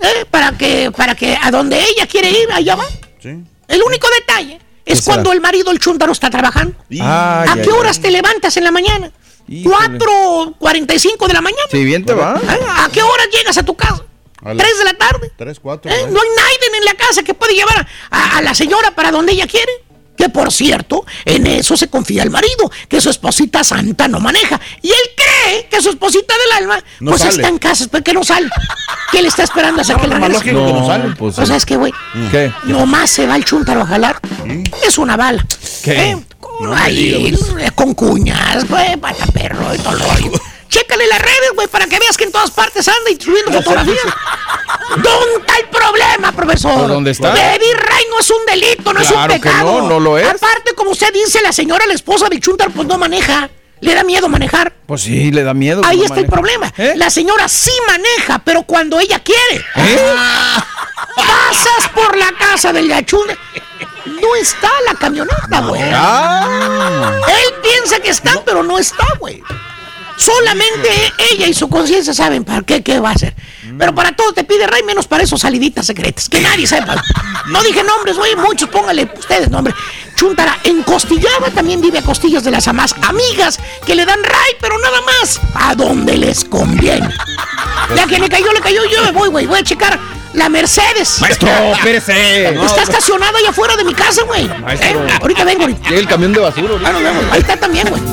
para que a donde ella quiere ir, allá va. Sí. El único detalle es cuando el marido, el chúntaro, está trabajando. ¿A qué horas te levantas en la mañana? 4:45 de la mañana. Sí, bien te va. ¿A qué horas llegas a tu casa? 3 de la tarde. 3, 4. No hay nadie en la casa que puede llevar a la señora para donde ella quiere. Que por cierto, en eso se confía el marido, que su esposita santa no maneja. Y él cree que su esposita del alma está en casa, pero que no sale. Que le está esperando hasta que la regrese. No sale. Pues, o sea, es que, güey, ¿qué? Nomás se va el chúntaro a jalar. Es una bala. ¿Qué? Ahí, con cuñas, güey, pata perro y todo el rollo. Chécale las redes, güey, para que veas que en todas partes anda y subiendo fotografías. ¿Dónde está el problema, profesor? ¿Dónde está? Baby Ray no es un delito, no es un pecado. Que no lo es. Aparte, como usted dice, la señora, la esposa del chúntaro, pues no maneja. Le da miedo manejar. Pues sí, le da miedo. Ahí está el problema. La señora sí maneja, pero cuando ella quiere. Pasas por la casa del chúntaro. No está la camioneta, güey. Él piensa que está, pero no está, güey. Solamente ella y su conciencia saben para qué va a hacer. Pero para todo te pide Ray, menos para esos saliditas secretas. Que nadie sepa. No dije nombres, güey, muchos, póngale ustedes nombre. Chúntara encostillada también vive a costillas de las amás amigas que le dan Ray, pero nada más a donde les conviene. Ya que le cayó, yo me voy, güey. Voy a checar la Mercedes. Maestro, espérese. Está estacionada allá afuera de mi casa, güey. Ahorita vengo. Llega el camión de basura. Nos vemos. Ahí está también, güey.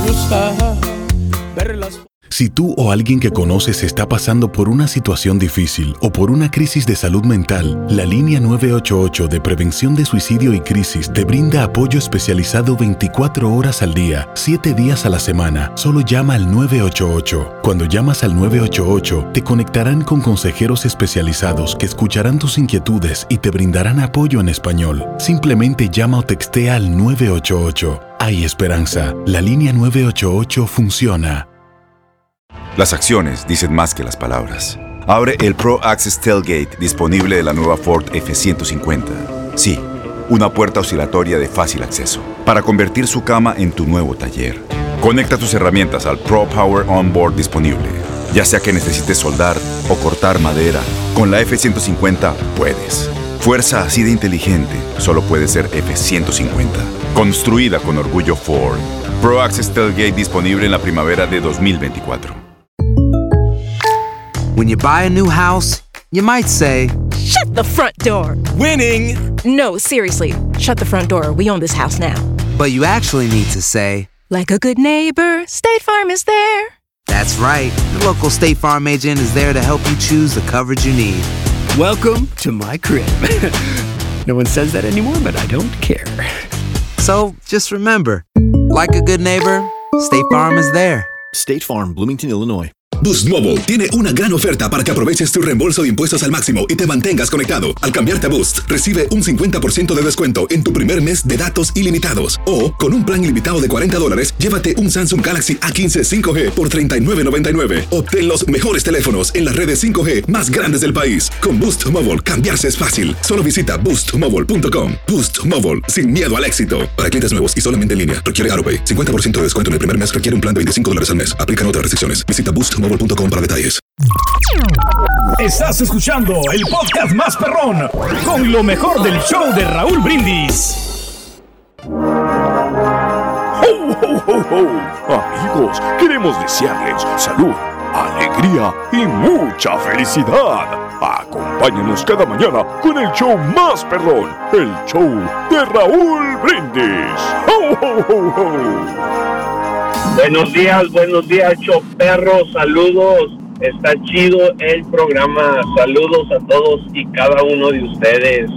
Si tú o alguien que conoces está pasando por una situación difícil o por una crisis de salud mental, la línea 988 de prevención de suicidio y crisis te brinda apoyo especializado 24 horas al día, 7 días a la semana. Solo llama al 988. Cuando llamas al 988, te conectarán con consejeros especializados que escucharán tus inquietudes y te brindarán apoyo en español. Simplemente llama o textea al 988. Hay esperanza. La línea 988 funciona. Las acciones dicen más que las palabras. Abre el Pro Access Tailgate disponible de la nueva Ford F-150. Sí, una puerta oscilatoria de fácil acceso para convertir su cama en tu nuevo taller. Conecta tus herramientas al Pro Power Onboard disponible. Ya sea que necesites soldar o cortar madera, con la F-150 puedes. Fuerza así de inteligente solo puede ser F-150. Construida con orgullo Ford. Pro Access Tailgate disponible en la primavera de 2024. When you buy a new house, you might say, "Shut the front door." Winning! No, seriously. Shut the front door. We own this house now. But you actually need to say, like a good neighbor, State Farm is there. That's right. The local State Farm agent is there to help you choose the coverage you need. Welcome to my crib. No one says that anymore, but I don't care. So, just remember, like a good neighbor, State Farm is there. State Farm, Bloomington, Illinois. Boost Mobile tiene una gran oferta para que aproveches tu reembolso de impuestos al máximo y te mantengas conectado. Al cambiarte a Boost, recibe un 50% de descuento en tu primer mes de datos ilimitados. O, con un plan ilimitado de $40, llévate un Samsung Galaxy A15 5G por $39.99. Obtén los mejores teléfonos en las redes 5G más grandes del país. Con Boost Mobile, cambiarse es fácil. Solo visita boostmobile.com. Boost Mobile, sin miedo al éxito. Para clientes nuevos y solamente en línea, requiere AutoPay. 50% de descuento en el primer mes requiere un plan de $25 al mes. Aplican otras restricciones. Visita boostmobile.com para detalles. Estás escuchando el podcast más perrón con lo mejor del show de Raúl Brindis. ¡Ho, ho, ho, ho! Amigos, queremos desearles salud, alegría y mucha felicidad. Acompáñenos cada mañana con el show más perrón, el show de Raúl Brindis. ¡Ho, ho, ho, ho! Buenos días, show perro, saludos. Está chido el programa. Saludos a todos y cada uno de ustedes.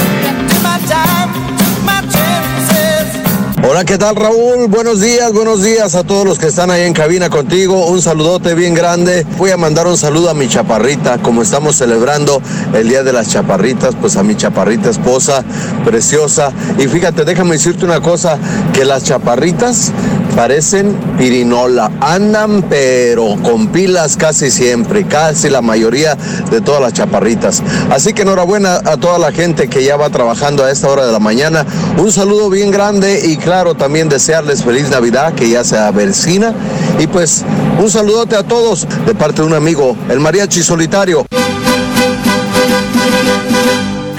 Hola, ¿qué tal, Raúl? Buenos días a todos los que están ahí en cabina contigo. Un saludote bien grande. Voy a mandar un saludo a mi chaparrita, como estamos celebrando el Día de las Chaparritas, pues a mi chaparrita esposa, preciosa. Y fíjate, déjame decirte una cosa, que las chaparritas parecen pirinola, andan pero con pilas casi siempre, casi la mayoría de todas las chaparritas. Así que enhorabuena a toda la gente que ya va trabajando a esta hora de la mañana. Un saludo bien grande y claro, también desearles feliz Navidad, que ya se avecina. Y pues un saludote a todos de parte de un amigo, el Mariachi Solitario.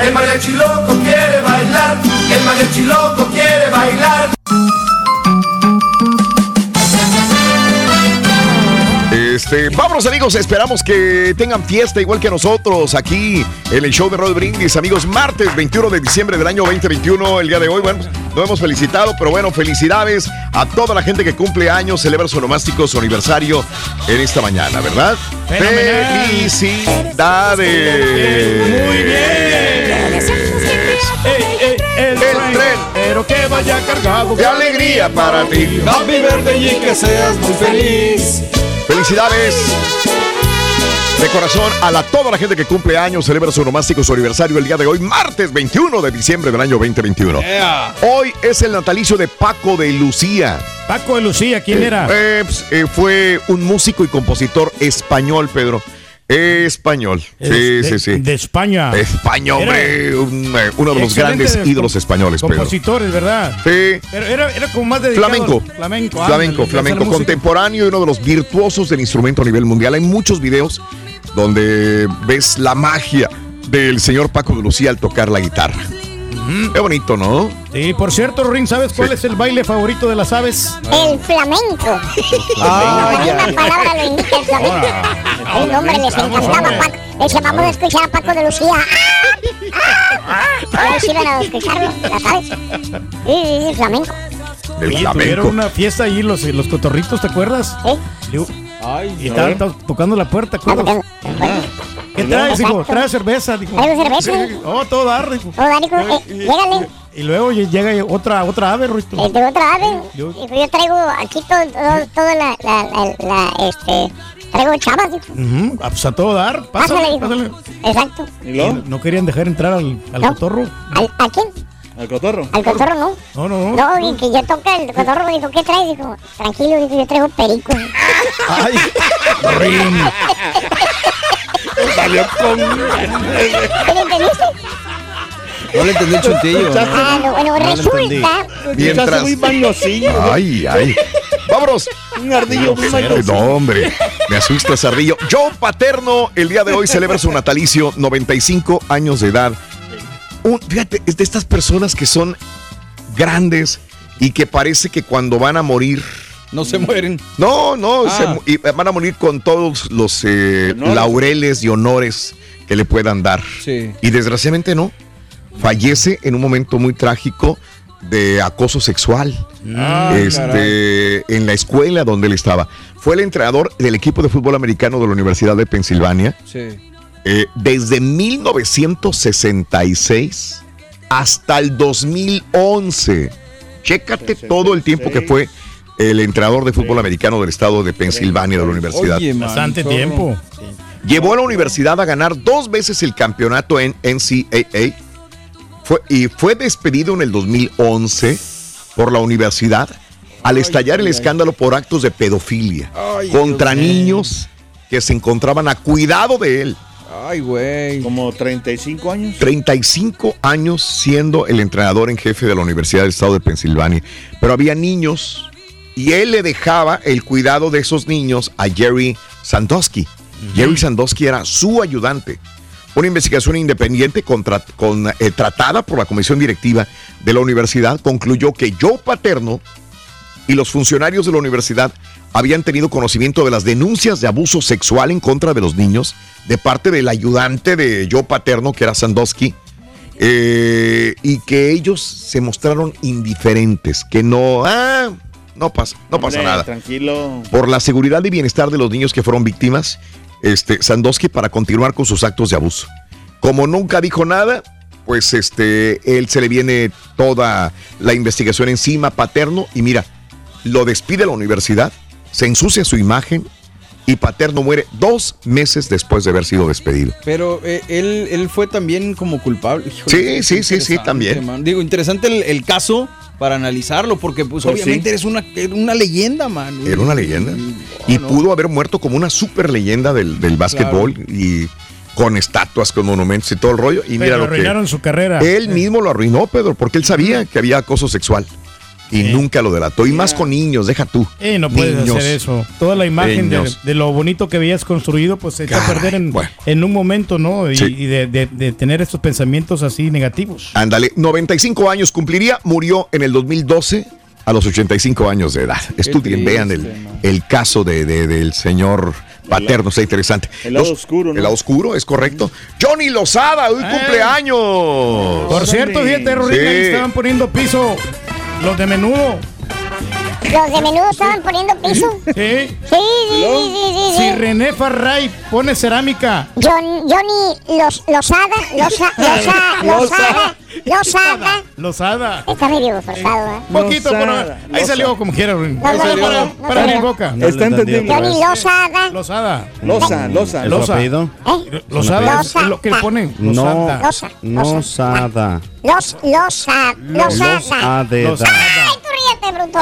El mariachi loco quiere bailar, el mariachi loco quiere bailar. Vámonos, amigos, esperamos que tengan fiesta igual que nosotros aquí en el show de Raúl Brindis, amigos. Martes 21 de diciembre del año 2021, el día de hoy. Bueno, no hemos felicitado, pero bueno, felicidades a toda la gente que cumple años, celebra su onomástico, su aniversario en esta mañana, ¿verdad? ¡Fenomenal! ¡Felicidades! Muy bien. El tren, pero que vaya cargado de alegría para ti. Happy birthday y que seas muy feliz. Felicidades de corazón a toda la gente que cumple años, celebra su onomástico, su aniversario el día de hoy, martes 21 de diciembre del año 2021. Hoy es el natalicio de Paco de Lucía. Paco de Lucía, ¿quién era? Fue un músico y compositor español, Pedro. Español. Sí. De España. España, hombre. Uno de los grandes ídolos españoles, Pedro. Compositores, ¿verdad? Sí. Pero era como más dedicado Flamenco. Contemporáneo y uno de los virtuosos del instrumento a nivel mundial. Hay muchos videos donde ves la magia del señor Paco de Lucía al tocar la guitarra. Qué bonito, ¿no? Sí, por cierto, Rin, ¿sabes cuál es el baile favorito de las aves? El flamenco. La misma palabra lo indica, el flamenco. El hombre les encantaba, Paco. Dice, vamos a escuchar a Paco de Lucía. A ver si van a escucharlo, ¿la sabes? Sí, el flamenco. Oye, tuvieron una fiesta ahí los cotorritos, ¿te acuerdas? Sí. Y estaban tocando la puerta, ¿te acuerdas? ¿Qué traes, hijo? ¿Traes cerveza? Dijo. ¿Traigo cerveza? Todo dar, dijo. Todo dar, hijo. Llégale. Y luego llega otra ave, Ruito. ¿Otra ave? Yo traigo aquí toda traigo chavas, dijo. Pues a todo dar. Pásale. Exacto. ¿Y no querían dejar entrar al cotorro? ¿A quién? ¿Al cotorro? Al cotorro no. No. No, y que yo toca el cotorro, me dijo, ¿qué traes? Dijo, tranquilo, dijo, yo traigo perico. Ay, Rin. Salió con... ¿Lo entendiste? No le entendí el chuntillo. Bueno, resulta... Mientras... muy bañosillo. Ay. Vámonos. Un ardillo muy bañosillo. No, hombre. Me asusta ese ardillo. Joe Paterno, el día de hoy celebra su natalicio, 95 años de edad. Fíjate, es de estas personas que son grandes y que parece que cuando van a morir... No se mueren. No, y van a morir con todos los laureles y honores que le puedan dar. Sí. Y desgraciadamente no. Fallece en un momento muy trágico de acoso sexual en la escuela donde él estaba. Fue el entrenador del equipo de fútbol americano de la Universidad de Pensilvania. Sí. Desde 1966 hasta el 2011. Chécate todo el tiempo que fue el entrenador de fútbol americano del estado de Pensilvania de la universidad. Oye, bastante tiempo. Llevó a la universidad a ganar 2 veces el campeonato en NCAA. Fue despedido en el 2011 por la universidad al estallar el escándalo por actos de pedofilia contra niños que se encontraban a cuidado de él. Ay, güey. ¿Como 35 años? 35 años siendo el entrenador en jefe de la Universidad del Estado de Pensilvania. Pero había niños y él le dejaba el cuidado de esos niños a Jerry Sandusky. Jerry Sandusky era su ayudante. Una investigación independiente tratada por la comisión directiva de la universidad concluyó que Joe Paterno y los funcionarios de la universidad habían tenido conocimiento de las denuncias de abuso sexual en contra de los niños de parte del ayudante de Joe Paterno, que era Sandusky, y que ellos se mostraron indiferentes, que no pasa nada. Tranquilo. Por la seguridad y bienestar de los niños que fueron víctimas, Sandusky para continuar con sus actos de abuso. Como nunca dijo nada, pues él se le viene toda la investigación encima, Paterno, y mira, lo despide la universidad, se ensucia su imagen y Paterno muere 2 meses después de haber sido despedido. Pero él fue también como culpable. Híjole, sí, también. Man. Digo, interesante el caso para analizarlo, porque pues obviamente eres una leyenda, man. Era una leyenda. Y pudo haber muerto como una super leyenda del básquetbol, y con estatuas, con monumentos y todo el rollo. Y pero mira lo arruinaron su carrera. Él mismo lo arruinó, Pedro, porque él sabía que había acoso sexual. Y nunca lo delató. Y más con niños, deja tú. No puedes hacer eso. Toda la imagen de lo bonito que habías construido, pues se echa a perder en un momento, ¿no? Y de tener estos pensamientos así negativos. Ándale, 95 años cumpliría, murió en el 2012 a los 85 años de edad. Estudien, vean el caso del señor Paterno, está interesante. El lado oscuro, ¿no? El lado oscuro, es correcto. Johnny Lozada, hoy cumpleaños. Por cierto, fíjate, Rorita, ahí estaban poniendo piso los de Menudo. ¿Los de Menudo estaban poniendo piso? Sí. Sí. Si René Farray pone cerámica. Johnny Lozada. Está medio forzado, ¿eh? Poquito, pero ahí salió como quiera. Para mi boca. Está entendiendo. Johnny Lozada. Lozada. Loza. apellido? Lozada es lo que le ponen. Lozada. Lozada. ¡Ay, tú ríete, bruto!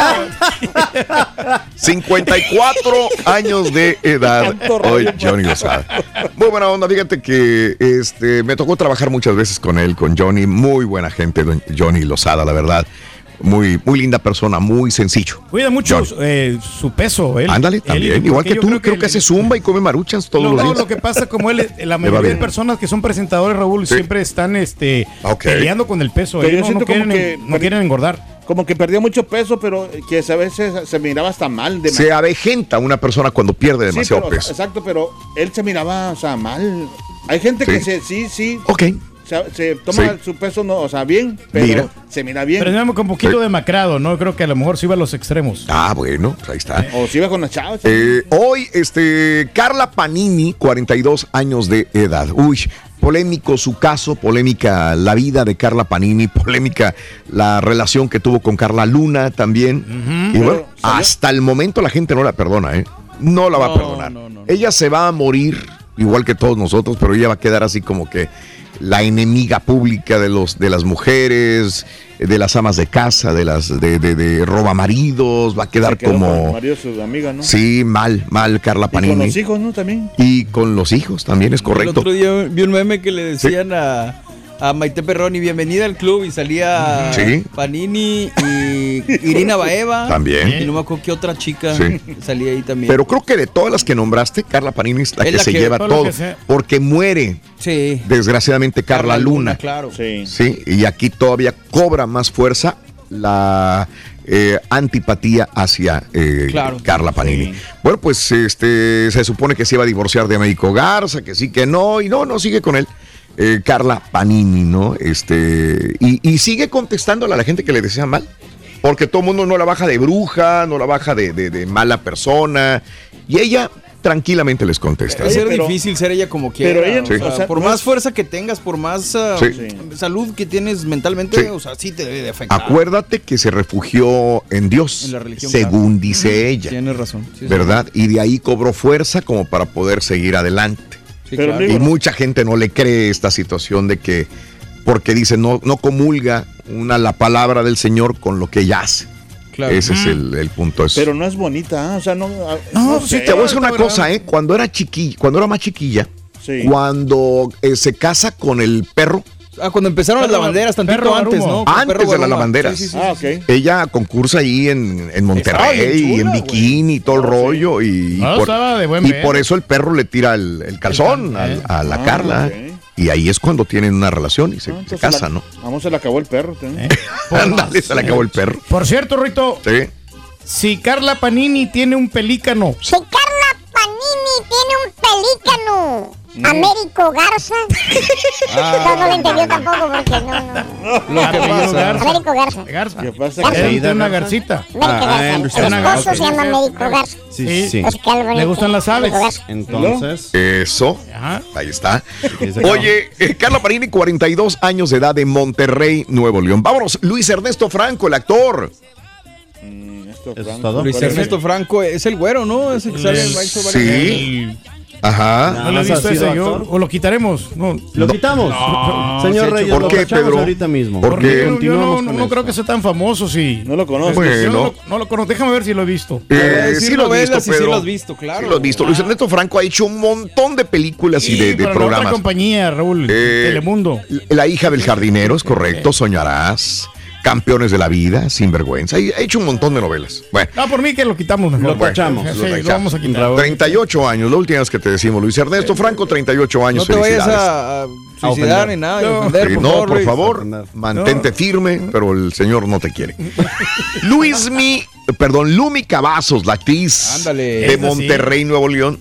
54 años de edad hoy Johnny Lozada. Muy buena onda, fíjate que me tocó trabajar muchas veces con él, con Johnny, muy buena gente, Johnny Lozada, la verdad. Muy, muy linda persona, muy sencillo. Cuida mucho su peso. Ándale, también. Igual que tú, creo que hace zumba y come maruchas todos los días. Lo que pasa, como él, la mayoría de personas que son presentadores, Raúl, siempre están peleando con el peso. Ellos no quieren engordar. Como que perdió mucho peso, pero que a veces se miraba hasta mal. Se avejenta una persona cuando pierde demasiado peso. Exacto, pero él se miraba, mal. Hay gente que sí. Ok. Se toma su peso, bien, pero se mira bien. Pero con un poquito demacrado, ¿no? Creo que a lo mejor sí va a los extremos. Bueno, pues ahí está. O sí va con las chavas. Hoy, Carla Panini, 42 años de edad. Uy, polémico su caso, polémica la vida de Carla Panini, polémica la relación que tuvo con Carla Luna también. Y bueno, hasta el momento la gente no la perdona, ¿eh? No la va a perdonar. No. Ella se va a morir, igual que todos nosotros, pero ella va a quedar así como que la enemiga pública de las mujeres, de las amas de casa, de robamaridos, va a quedar como marido su amiga, ¿no? Sí, mal Carla Panini. Y con los hijos, ¿no? También. Y con los hijos también, es correcto. El otro día vi un meme que le decían a Maite Perroni, bienvenida al club, y salía Panini y Irina Baeva. También. Y no me acuerdo qué otra chica salía ahí también. Pero creo que de todas las que nombraste, Carla Panini es la que se lleva todo. Porque muere, desgraciadamente, Carla Luna. Claro. Sí, y aquí todavía cobra más fuerza la antipatía hacia Carla Panini. Bueno, pues se supone que se iba a divorciar de Américo Garza, que sí, que no, y no sigue con él. Carla Panini, ¿no? Y sigue contestándole a la gente que le desea mal, porque todo el mundo no la baja de bruja, no la baja de mala persona, y ella tranquilamente les contesta. Va a ser difícil ser ella como quiera. Pero ella, por más fuerza que tengas, por más salud que tienes mentalmente, sí te debe de afectar. Acuérdate que se refugió en Dios, en la religión, según dice ella. Tienes razón. ¿Verdad? Y de ahí cobró fuerza como para poder seguir adelante. Y mucha gente no le cree esta situación de que, porque dice, no comulga la palabra del Señor con lo que ella hace. Claro. Ese es el punto. Pero no es bonita, te voy a decir una cosa, cuando era más chiquilla, cuando se casa con el perro. Cuando empezaron las lavanderas, tantito antes, ¿no? Antes de las lavanderas. Sí. Ella concursa ahí en Monterrey, en bikini y todo el rollo. Y por eso el perro le tira el calzón a la Carla. Y ahí es cuando tienen una relación y se casan, ¿no? Vamos, se le acabó el perro. Ándale, se le acabó el perro. Por cierto, Rito. Sí. Si Carla Panini tiene un pelícano. Américo Garza. No lo entendió tampoco porque no. Américo Garza. ¿Qué pasa? Es una garcita. Américo Garza. El esposo se llama Américo Garza. Sí. Le gustan las aves. Entonces. Eso. Ahí está. Oye, Carla Panini, 42 años de edad, de Monterrey, Nuevo León. Vámonos, Luis Ernesto Franco, el actor. Luis Ernesto Franco es el güero, ¿no? Es el que sale en Sí. Ajá. ¿No lo has visto ese señor? ¿O lo quitaremos? No. ¿Lo quitamos? No. Señor Reyes, ¿por qué, Pedro? Ahorita mismo. Porque yo no creo que sea tan famoso, si no lo conozco. Bueno. No lo conozco. Déjame ver si lo he visto. Sí lo he visto, Pedro. Sí lo has visto, claro. Sí lo has visto. Luis Ernesto Franco ha hecho un montón de películas y de programas. Otra compañía, Raúl, Telemundo. La hija del jardinero, es correcto, Soñarás. Campeones de la vida, Sinvergüenza. He hecho un montón de novelas. Bueno. No, por mí que lo quitamos mejor. Lo tachamos. Sí, lo vamos a quitar. 38 años, la última vez que te decimos, Luis Ernesto Franco, 38 años. No te vayas a suicidar ni nada. No, por favor, mantente firme, pero el señor no te quiere. Lumi Cavazos, la actriz de Monterrey, Nuevo León,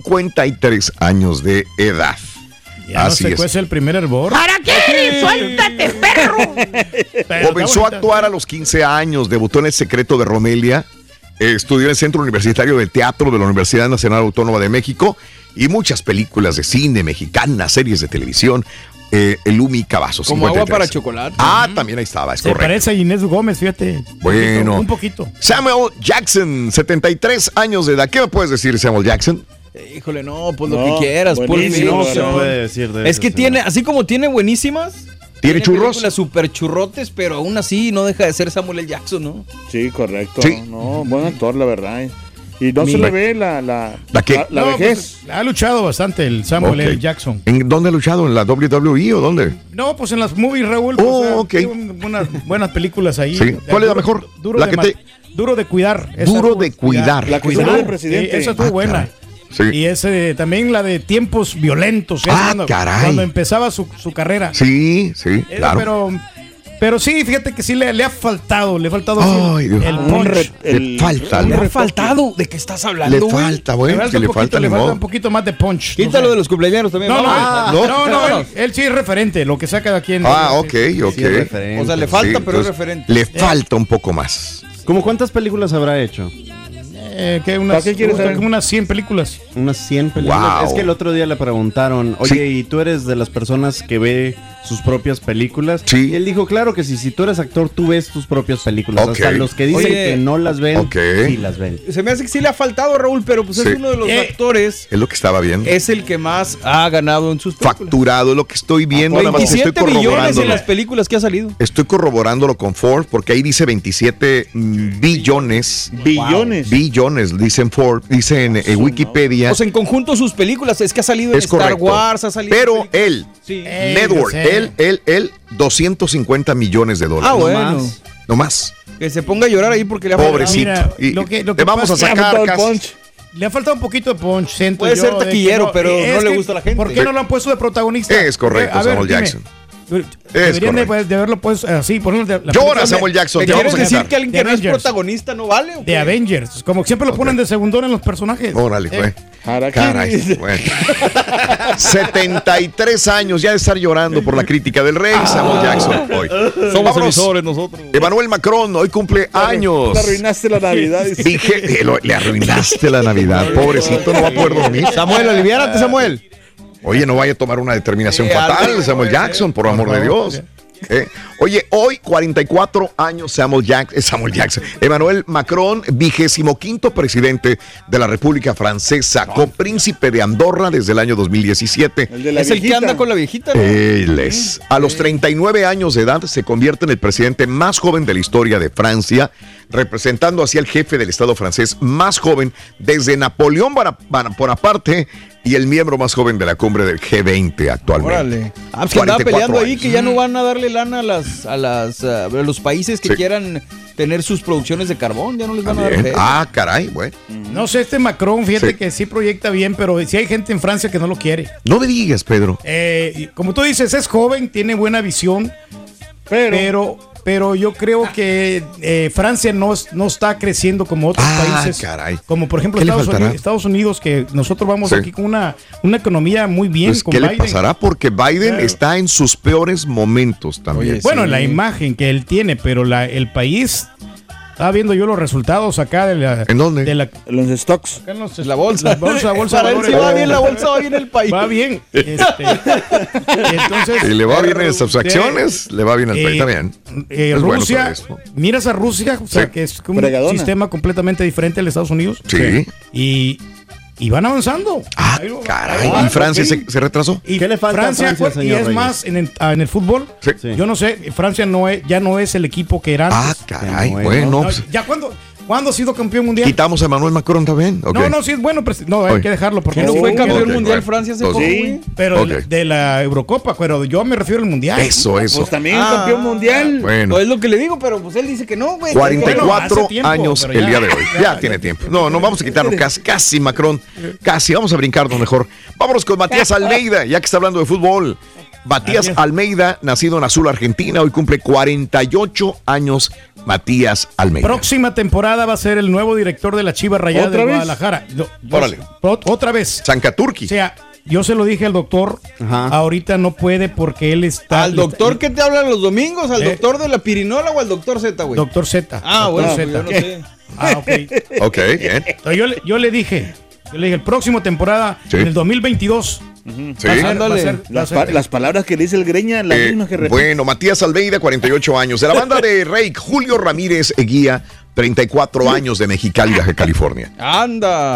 53 años de edad. Ya así no se cuece el primer hervor. ¿Para qué? ¡Suéltate, perro! Comenzó a actuar a los 15 años, debutó en El secreto de Romelia, estudió en el Centro Universitario de Teatro de la Universidad Nacional Autónoma de México y muchas películas de cine mexicanas, series de televisión. Lumi Cavazos. Como 53. Agua para chocolate. También ahí estaba, es Se correcto. parece a Inés Gómez, fíjate. Bueno. Un poquito. Samuel Jackson, 73 años de edad. ¿Qué me puedes decir, Samuel Jackson? Híjole, no, pues lo que quieras. No se puede decir de Es que tiene, así como tiene buenísimas. Tiene churros. Las super churrotes, pero aún así no deja de ser Samuel L. Jackson, ¿no? Sí, correcto. Sí. No, buen actor, la verdad. Y no se le ve la vejez. Pues, ha luchado bastante el Samuel L. Jackson. ¿En dónde ha luchado? ¿En la WWE o dónde? No, pues en las movies, Raúl. Unas buenas películas ahí. Sí. ¿Cuál es la mejor? Duro de cuidar. Duro de cuidar. La que salió del presidente. Esa estuvo buena. Sí. Y también la de Tiempos Violentos. Cuando empezaba su carrera. Sí, claro. Pero sí, fíjate que sí le ha faltado. Le ha faltado el punch. Le ha faltado. ¿De qué estás hablando? Le falta, güey. Le falta un poquito más de punch. Quítalo de los cumpleaños también. No, él sí es referente. Lo que saca de aquí en. Ok. Sí, o sea, le falta, pero es referente. Le falta un poco más. ¿Cómo cuántas películas habrá hecho? ¿Qué quieres saber? Como unas 100 películas. Unas 100 películas. Wow. Es que el otro día le preguntaron, oye, ¿y tú eres de las personas que ve sus propias películas? Sí. Y él dijo, claro que sí, si tú eres actor, tú ves tus propias películas. Hasta los que dicen que no las ven, sí las ven. Se me hace que sí le ha faltado, Raúl, pero pues es uno de los actores. Es lo que estaba viendo. Es el que más ha ganado en sus películas. Facturado, lo que estoy viendo. 27 millones en las películas que ha salido. Estoy corroborándolo con Ford, porque ahí dice 27 billones. Billones. Billones, dicen Ford, dice en Wikipedia. O sea, en conjunto sus películas, es que ha salido en Star Wars, ha salido. Pero él, Network, él, 250 millones de dólares. Bueno. No más. Que se ponga a llorar ahí porque le ha pobrecito. Mira, y lo que le vamos a sacar punch. Le ha faltado un poquito de punch, siento. Puede ser taquillero, pero no le gusta a la gente. ¿Por qué no lo han puesto de protagonista? Es correcto, Samuel Jackson. Deberían de haberlo puesto así. Llora Samuel Jackson. ¿Te quieres decir que alguien que no es protagonista no vale? De Avengers. Como siempre lo ponen de segundón en los personajes. Órale, güey. Caray, bueno. 73 años ya de estar llorando por la crítica del rey Samuel Jackson hoy. Somos emisores nosotros. Emmanuel Macron hoy cumple años. Le arruinaste la Navidad. Le arruinaste la Navidad. Pobrecito, no va a poder dormir. Samuel, aliviárate, Samuel. Oye, no vaya a tomar una determinación fatal, Samuel Jackson, por amor de Dios. Oye, hoy 44 años Samuel Jackson. Emmanuel Macron, 25º presidente de la República Francesa, copríncipe de Andorra desde el año 2017. Es el que anda con la viejita, ¿no? Él es. A los 39 años de edad se convierte en el presidente más joven de la historia de Francia, representando así al jefe del Estado francés más joven desde Napoleón Bonaparte y el miembro más joven de la cumbre del G20 actualmente. Órale. Pues que andaba peleando ahí que ya no van a darle lana a los países que quieran tener sus producciones de carbón, ya no les van a dar. Caray, bueno. No sé, Macron, fíjate que sí proyecta bien, pero sí hay gente en Francia que no lo quiere. No me digas, Pedro. Como tú dices, es joven, tiene buena visión, pero yo creo que Francia no está creciendo como otros países. Caray. Como por ejemplo Estados Unidos, que nosotros vamos aquí con una economía muy bien. Pues, ¿qué le pasará? Porque Biden está en sus peores momentos también. Bueno, la imagen que él tiene, pero el país... Estaba viendo yo los resultados acá de la... ¿En dónde? Los stocks. Acá en la bolsa. La bolsa Para él sí va bien la bolsa, va bien el país. Va bien. Entonces, y le va bien en sus acciones, le va bien al país también. Rusia, miras a Rusia, o sea, que es como un sistema completamente diferente al de Estados Unidos. Sí. Y van avanzando. Caray. ¿Y Francia se retrasó? ¿Y qué le falta a Francia, y es Reyes? Más, en el fútbol, yo no sé, Francia ya no es el equipo que era antes. Caray, bueno. Ya cuando ¿Cuándo ha sido campeón mundial? ¿Quitamos a Emmanuel Macron también? Okay. No, sí es bueno, no, hay que dejarlo. Porque no fue campeón mundial Francia hace poco. Sí, pero de la Eurocopa, pero yo me refiero al mundial. Eso. Pues también campeón mundial. Bueno. Pues es lo que le digo, pero pues él dice que no, güey. 44 años el día de hoy. Ya tiene tiempo. No vamos a quitarlo casi Macron. Casi, vamos a brincarnos mejor. Vámonos con Matías Almeida, ya que está hablando de fútbol. Matías Almeida, nacido en Azul, Argentina, hoy cumple 48 años. Matías Almeida. Próxima temporada va a ser el nuevo director de la Chivas Rayadas de Guadalajara. Órale. Otra vez. Zancaturki. O sea, yo se lo dije al doctor, ahorita no puede porque él está... ¿Al doctor que te hablan los domingos? ¿Al doctor de la pirinola o al doctor Z, güey? Doctor Z. Bueno, Z. yo no sé. Ok. Ok, bien. Entonces yo le dije, el próximo temporada, en el 2022... Sí. Las palabras que le dice el Greña, las mismas que repite. Bueno, Matías Almeida, 48 años. De la banda de Rake, Julio Ramírez Eguía, 34 años de Mexicali, Baja California. ¡Anda!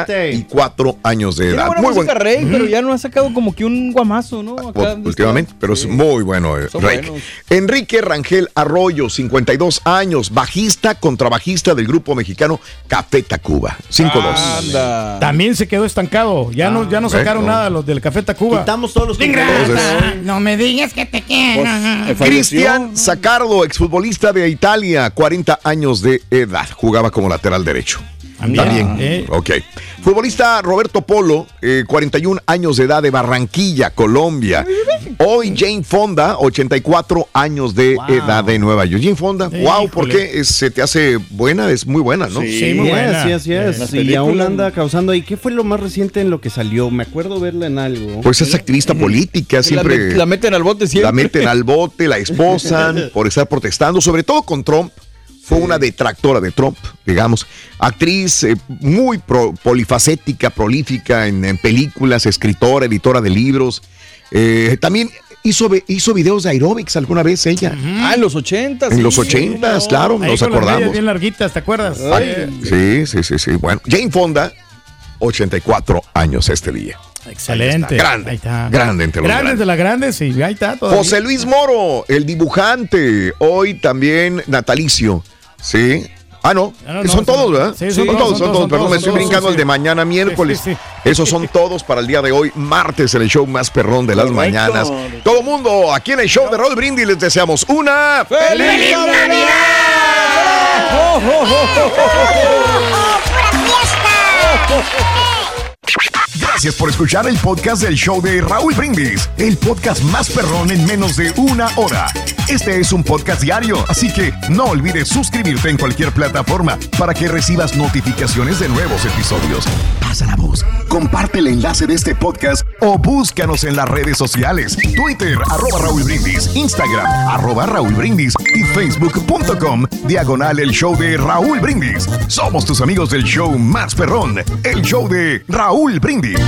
34 años de edad. Muy bueno. Rake, pero ya no ha sacado como que un guamazo, ¿no? Últimamente, pero es muy bueno Rake. Enrique Rangel Arroyo, 52 años, bajista, contrabajista del grupo mexicano Café Tacuba. 5-2. También se quedó estancado. Ya no sacaron nada los del Café Tacuba. Quitamos todos los No me digas que te quiero. Cristian Zaccardo, exfutbolista de Italia, 40 años de edad. Jugaba como lateral derecho. También. Ok. Futbolista Roberto Polo, 41 años de edad, de Barranquilla, Colombia. Hoy Jane Fonda, 84 años de edad, de Nueva York. Jane Fonda, ¿por qué se te hace buena? Es muy buena, ¿no? Sí, muy buena. Así es. Y aún anda causando ahí. ¿Qué fue lo más reciente en lo que salió? Me acuerdo verla en algo. Pues es activista política, siempre. La meten al bote siempre. La meten al bote, la esposan por estar protestando, sobre todo con Trump. Fue una detractora de Trump, digamos. Actriz muy polifacética, prolífica en películas, escritora, editora de libros. También hizo videos de aeróbics alguna vez ella. En los 80s. En los 80s, claro, nos acordamos. Las bien larguitas, ¿te acuerdas? Sí. Bueno, Jane Fonda, 84 años este día. Excelente. Grande. Ahí está. Grande entre los grandes. De las grandes, y ahí está. Todavía. José Luis Moro, el dibujante, hoy también natalicio. Sí. No. Son todos, ¿verdad? Sí, son todos. Perdón, me estoy brincando el de mañana, miércoles. Sí. Esos son todos para el día de hoy, martes, en el show más perrón de las mañanas. Todo mundo, aquí en el show de Raúl Brindis, les deseamos una ¡Feliz Navidad! Gracias por escuchar el podcast del show de Raúl Brindis, el podcast más perrón en menos de una hora. Este es un podcast diario, así que no olvides suscribirte en cualquier plataforma para que recibas notificaciones de nuevos episodios. Pasa la voz, comparte el enlace de este podcast o búscanos en las redes sociales. Twitter, @Raúl Brindis, Instagram, @Raúl Brindis y Facebook.com/el show de Raúl Brindis. Somos tus amigos del show más perrón, el show de Raúl Brindis.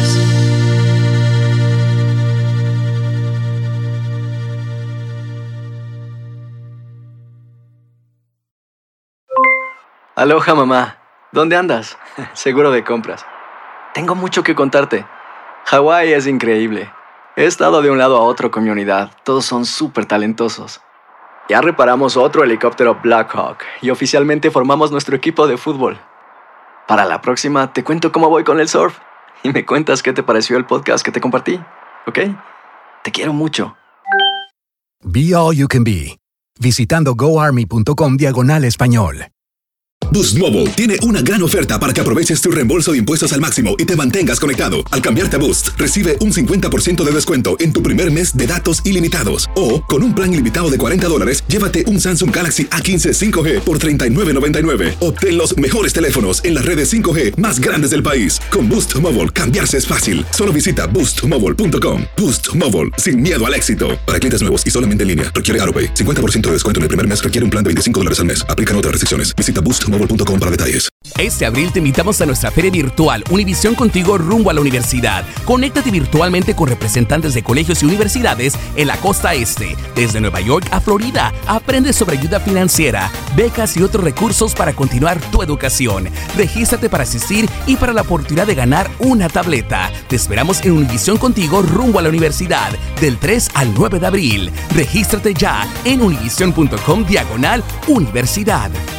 Aloha, mamá. ¿Dónde andas? Seguro de compras. Tengo mucho que contarte. Hawái es increíble. He estado de un lado a otro con mi unidad. Todos son súper talentosos. Ya reparamos otro helicóptero Blackhawk y oficialmente formamos nuestro equipo de fútbol. Para la próxima te cuento cómo voy con el surf y me cuentas qué te pareció el podcast que te compartí, ¿ok? Te quiero mucho. Be All You Can Be, visitando goarmy.com/español. Boost Mobile tiene una gran oferta para que aproveches tu reembolso de impuestos al máximo y te mantengas conectado. Al cambiarte a Boost, recibe un 50% de descuento en tu primer mes de datos ilimitados. O, con un plan ilimitado de $40, llévate un Samsung Galaxy A15 5G por $39.99. Obtén los mejores teléfonos en las redes 5G más grandes del país. Con Boost Mobile, cambiarse es fácil. Solo visita boostmobile.com. Boost Mobile, sin miedo al éxito. Para clientes nuevos y solamente en línea, requiere AutoPay. 50% de descuento en el primer mes requiere un plan de $25 al mes. Aplican otras restricciones. Visita boostmobile.com para detalles. Este abril te invitamos a nuestra feria virtual Univisión Contigo rumbo a la universidad. Conéctate virtualmente con representantes de colegios y universidades en la costa este. Desde Nueva York a Florida, aprende sobre ayuda financiera, becas y otros recursos para continuar tu educación. Regístrate para asistir y para la oportunidad de ganar una tableta. Te esperamos en Univisión Contigo rumbo a la universidad del 3 al 9 de abril. Regístrate ya en univision.com/universidad.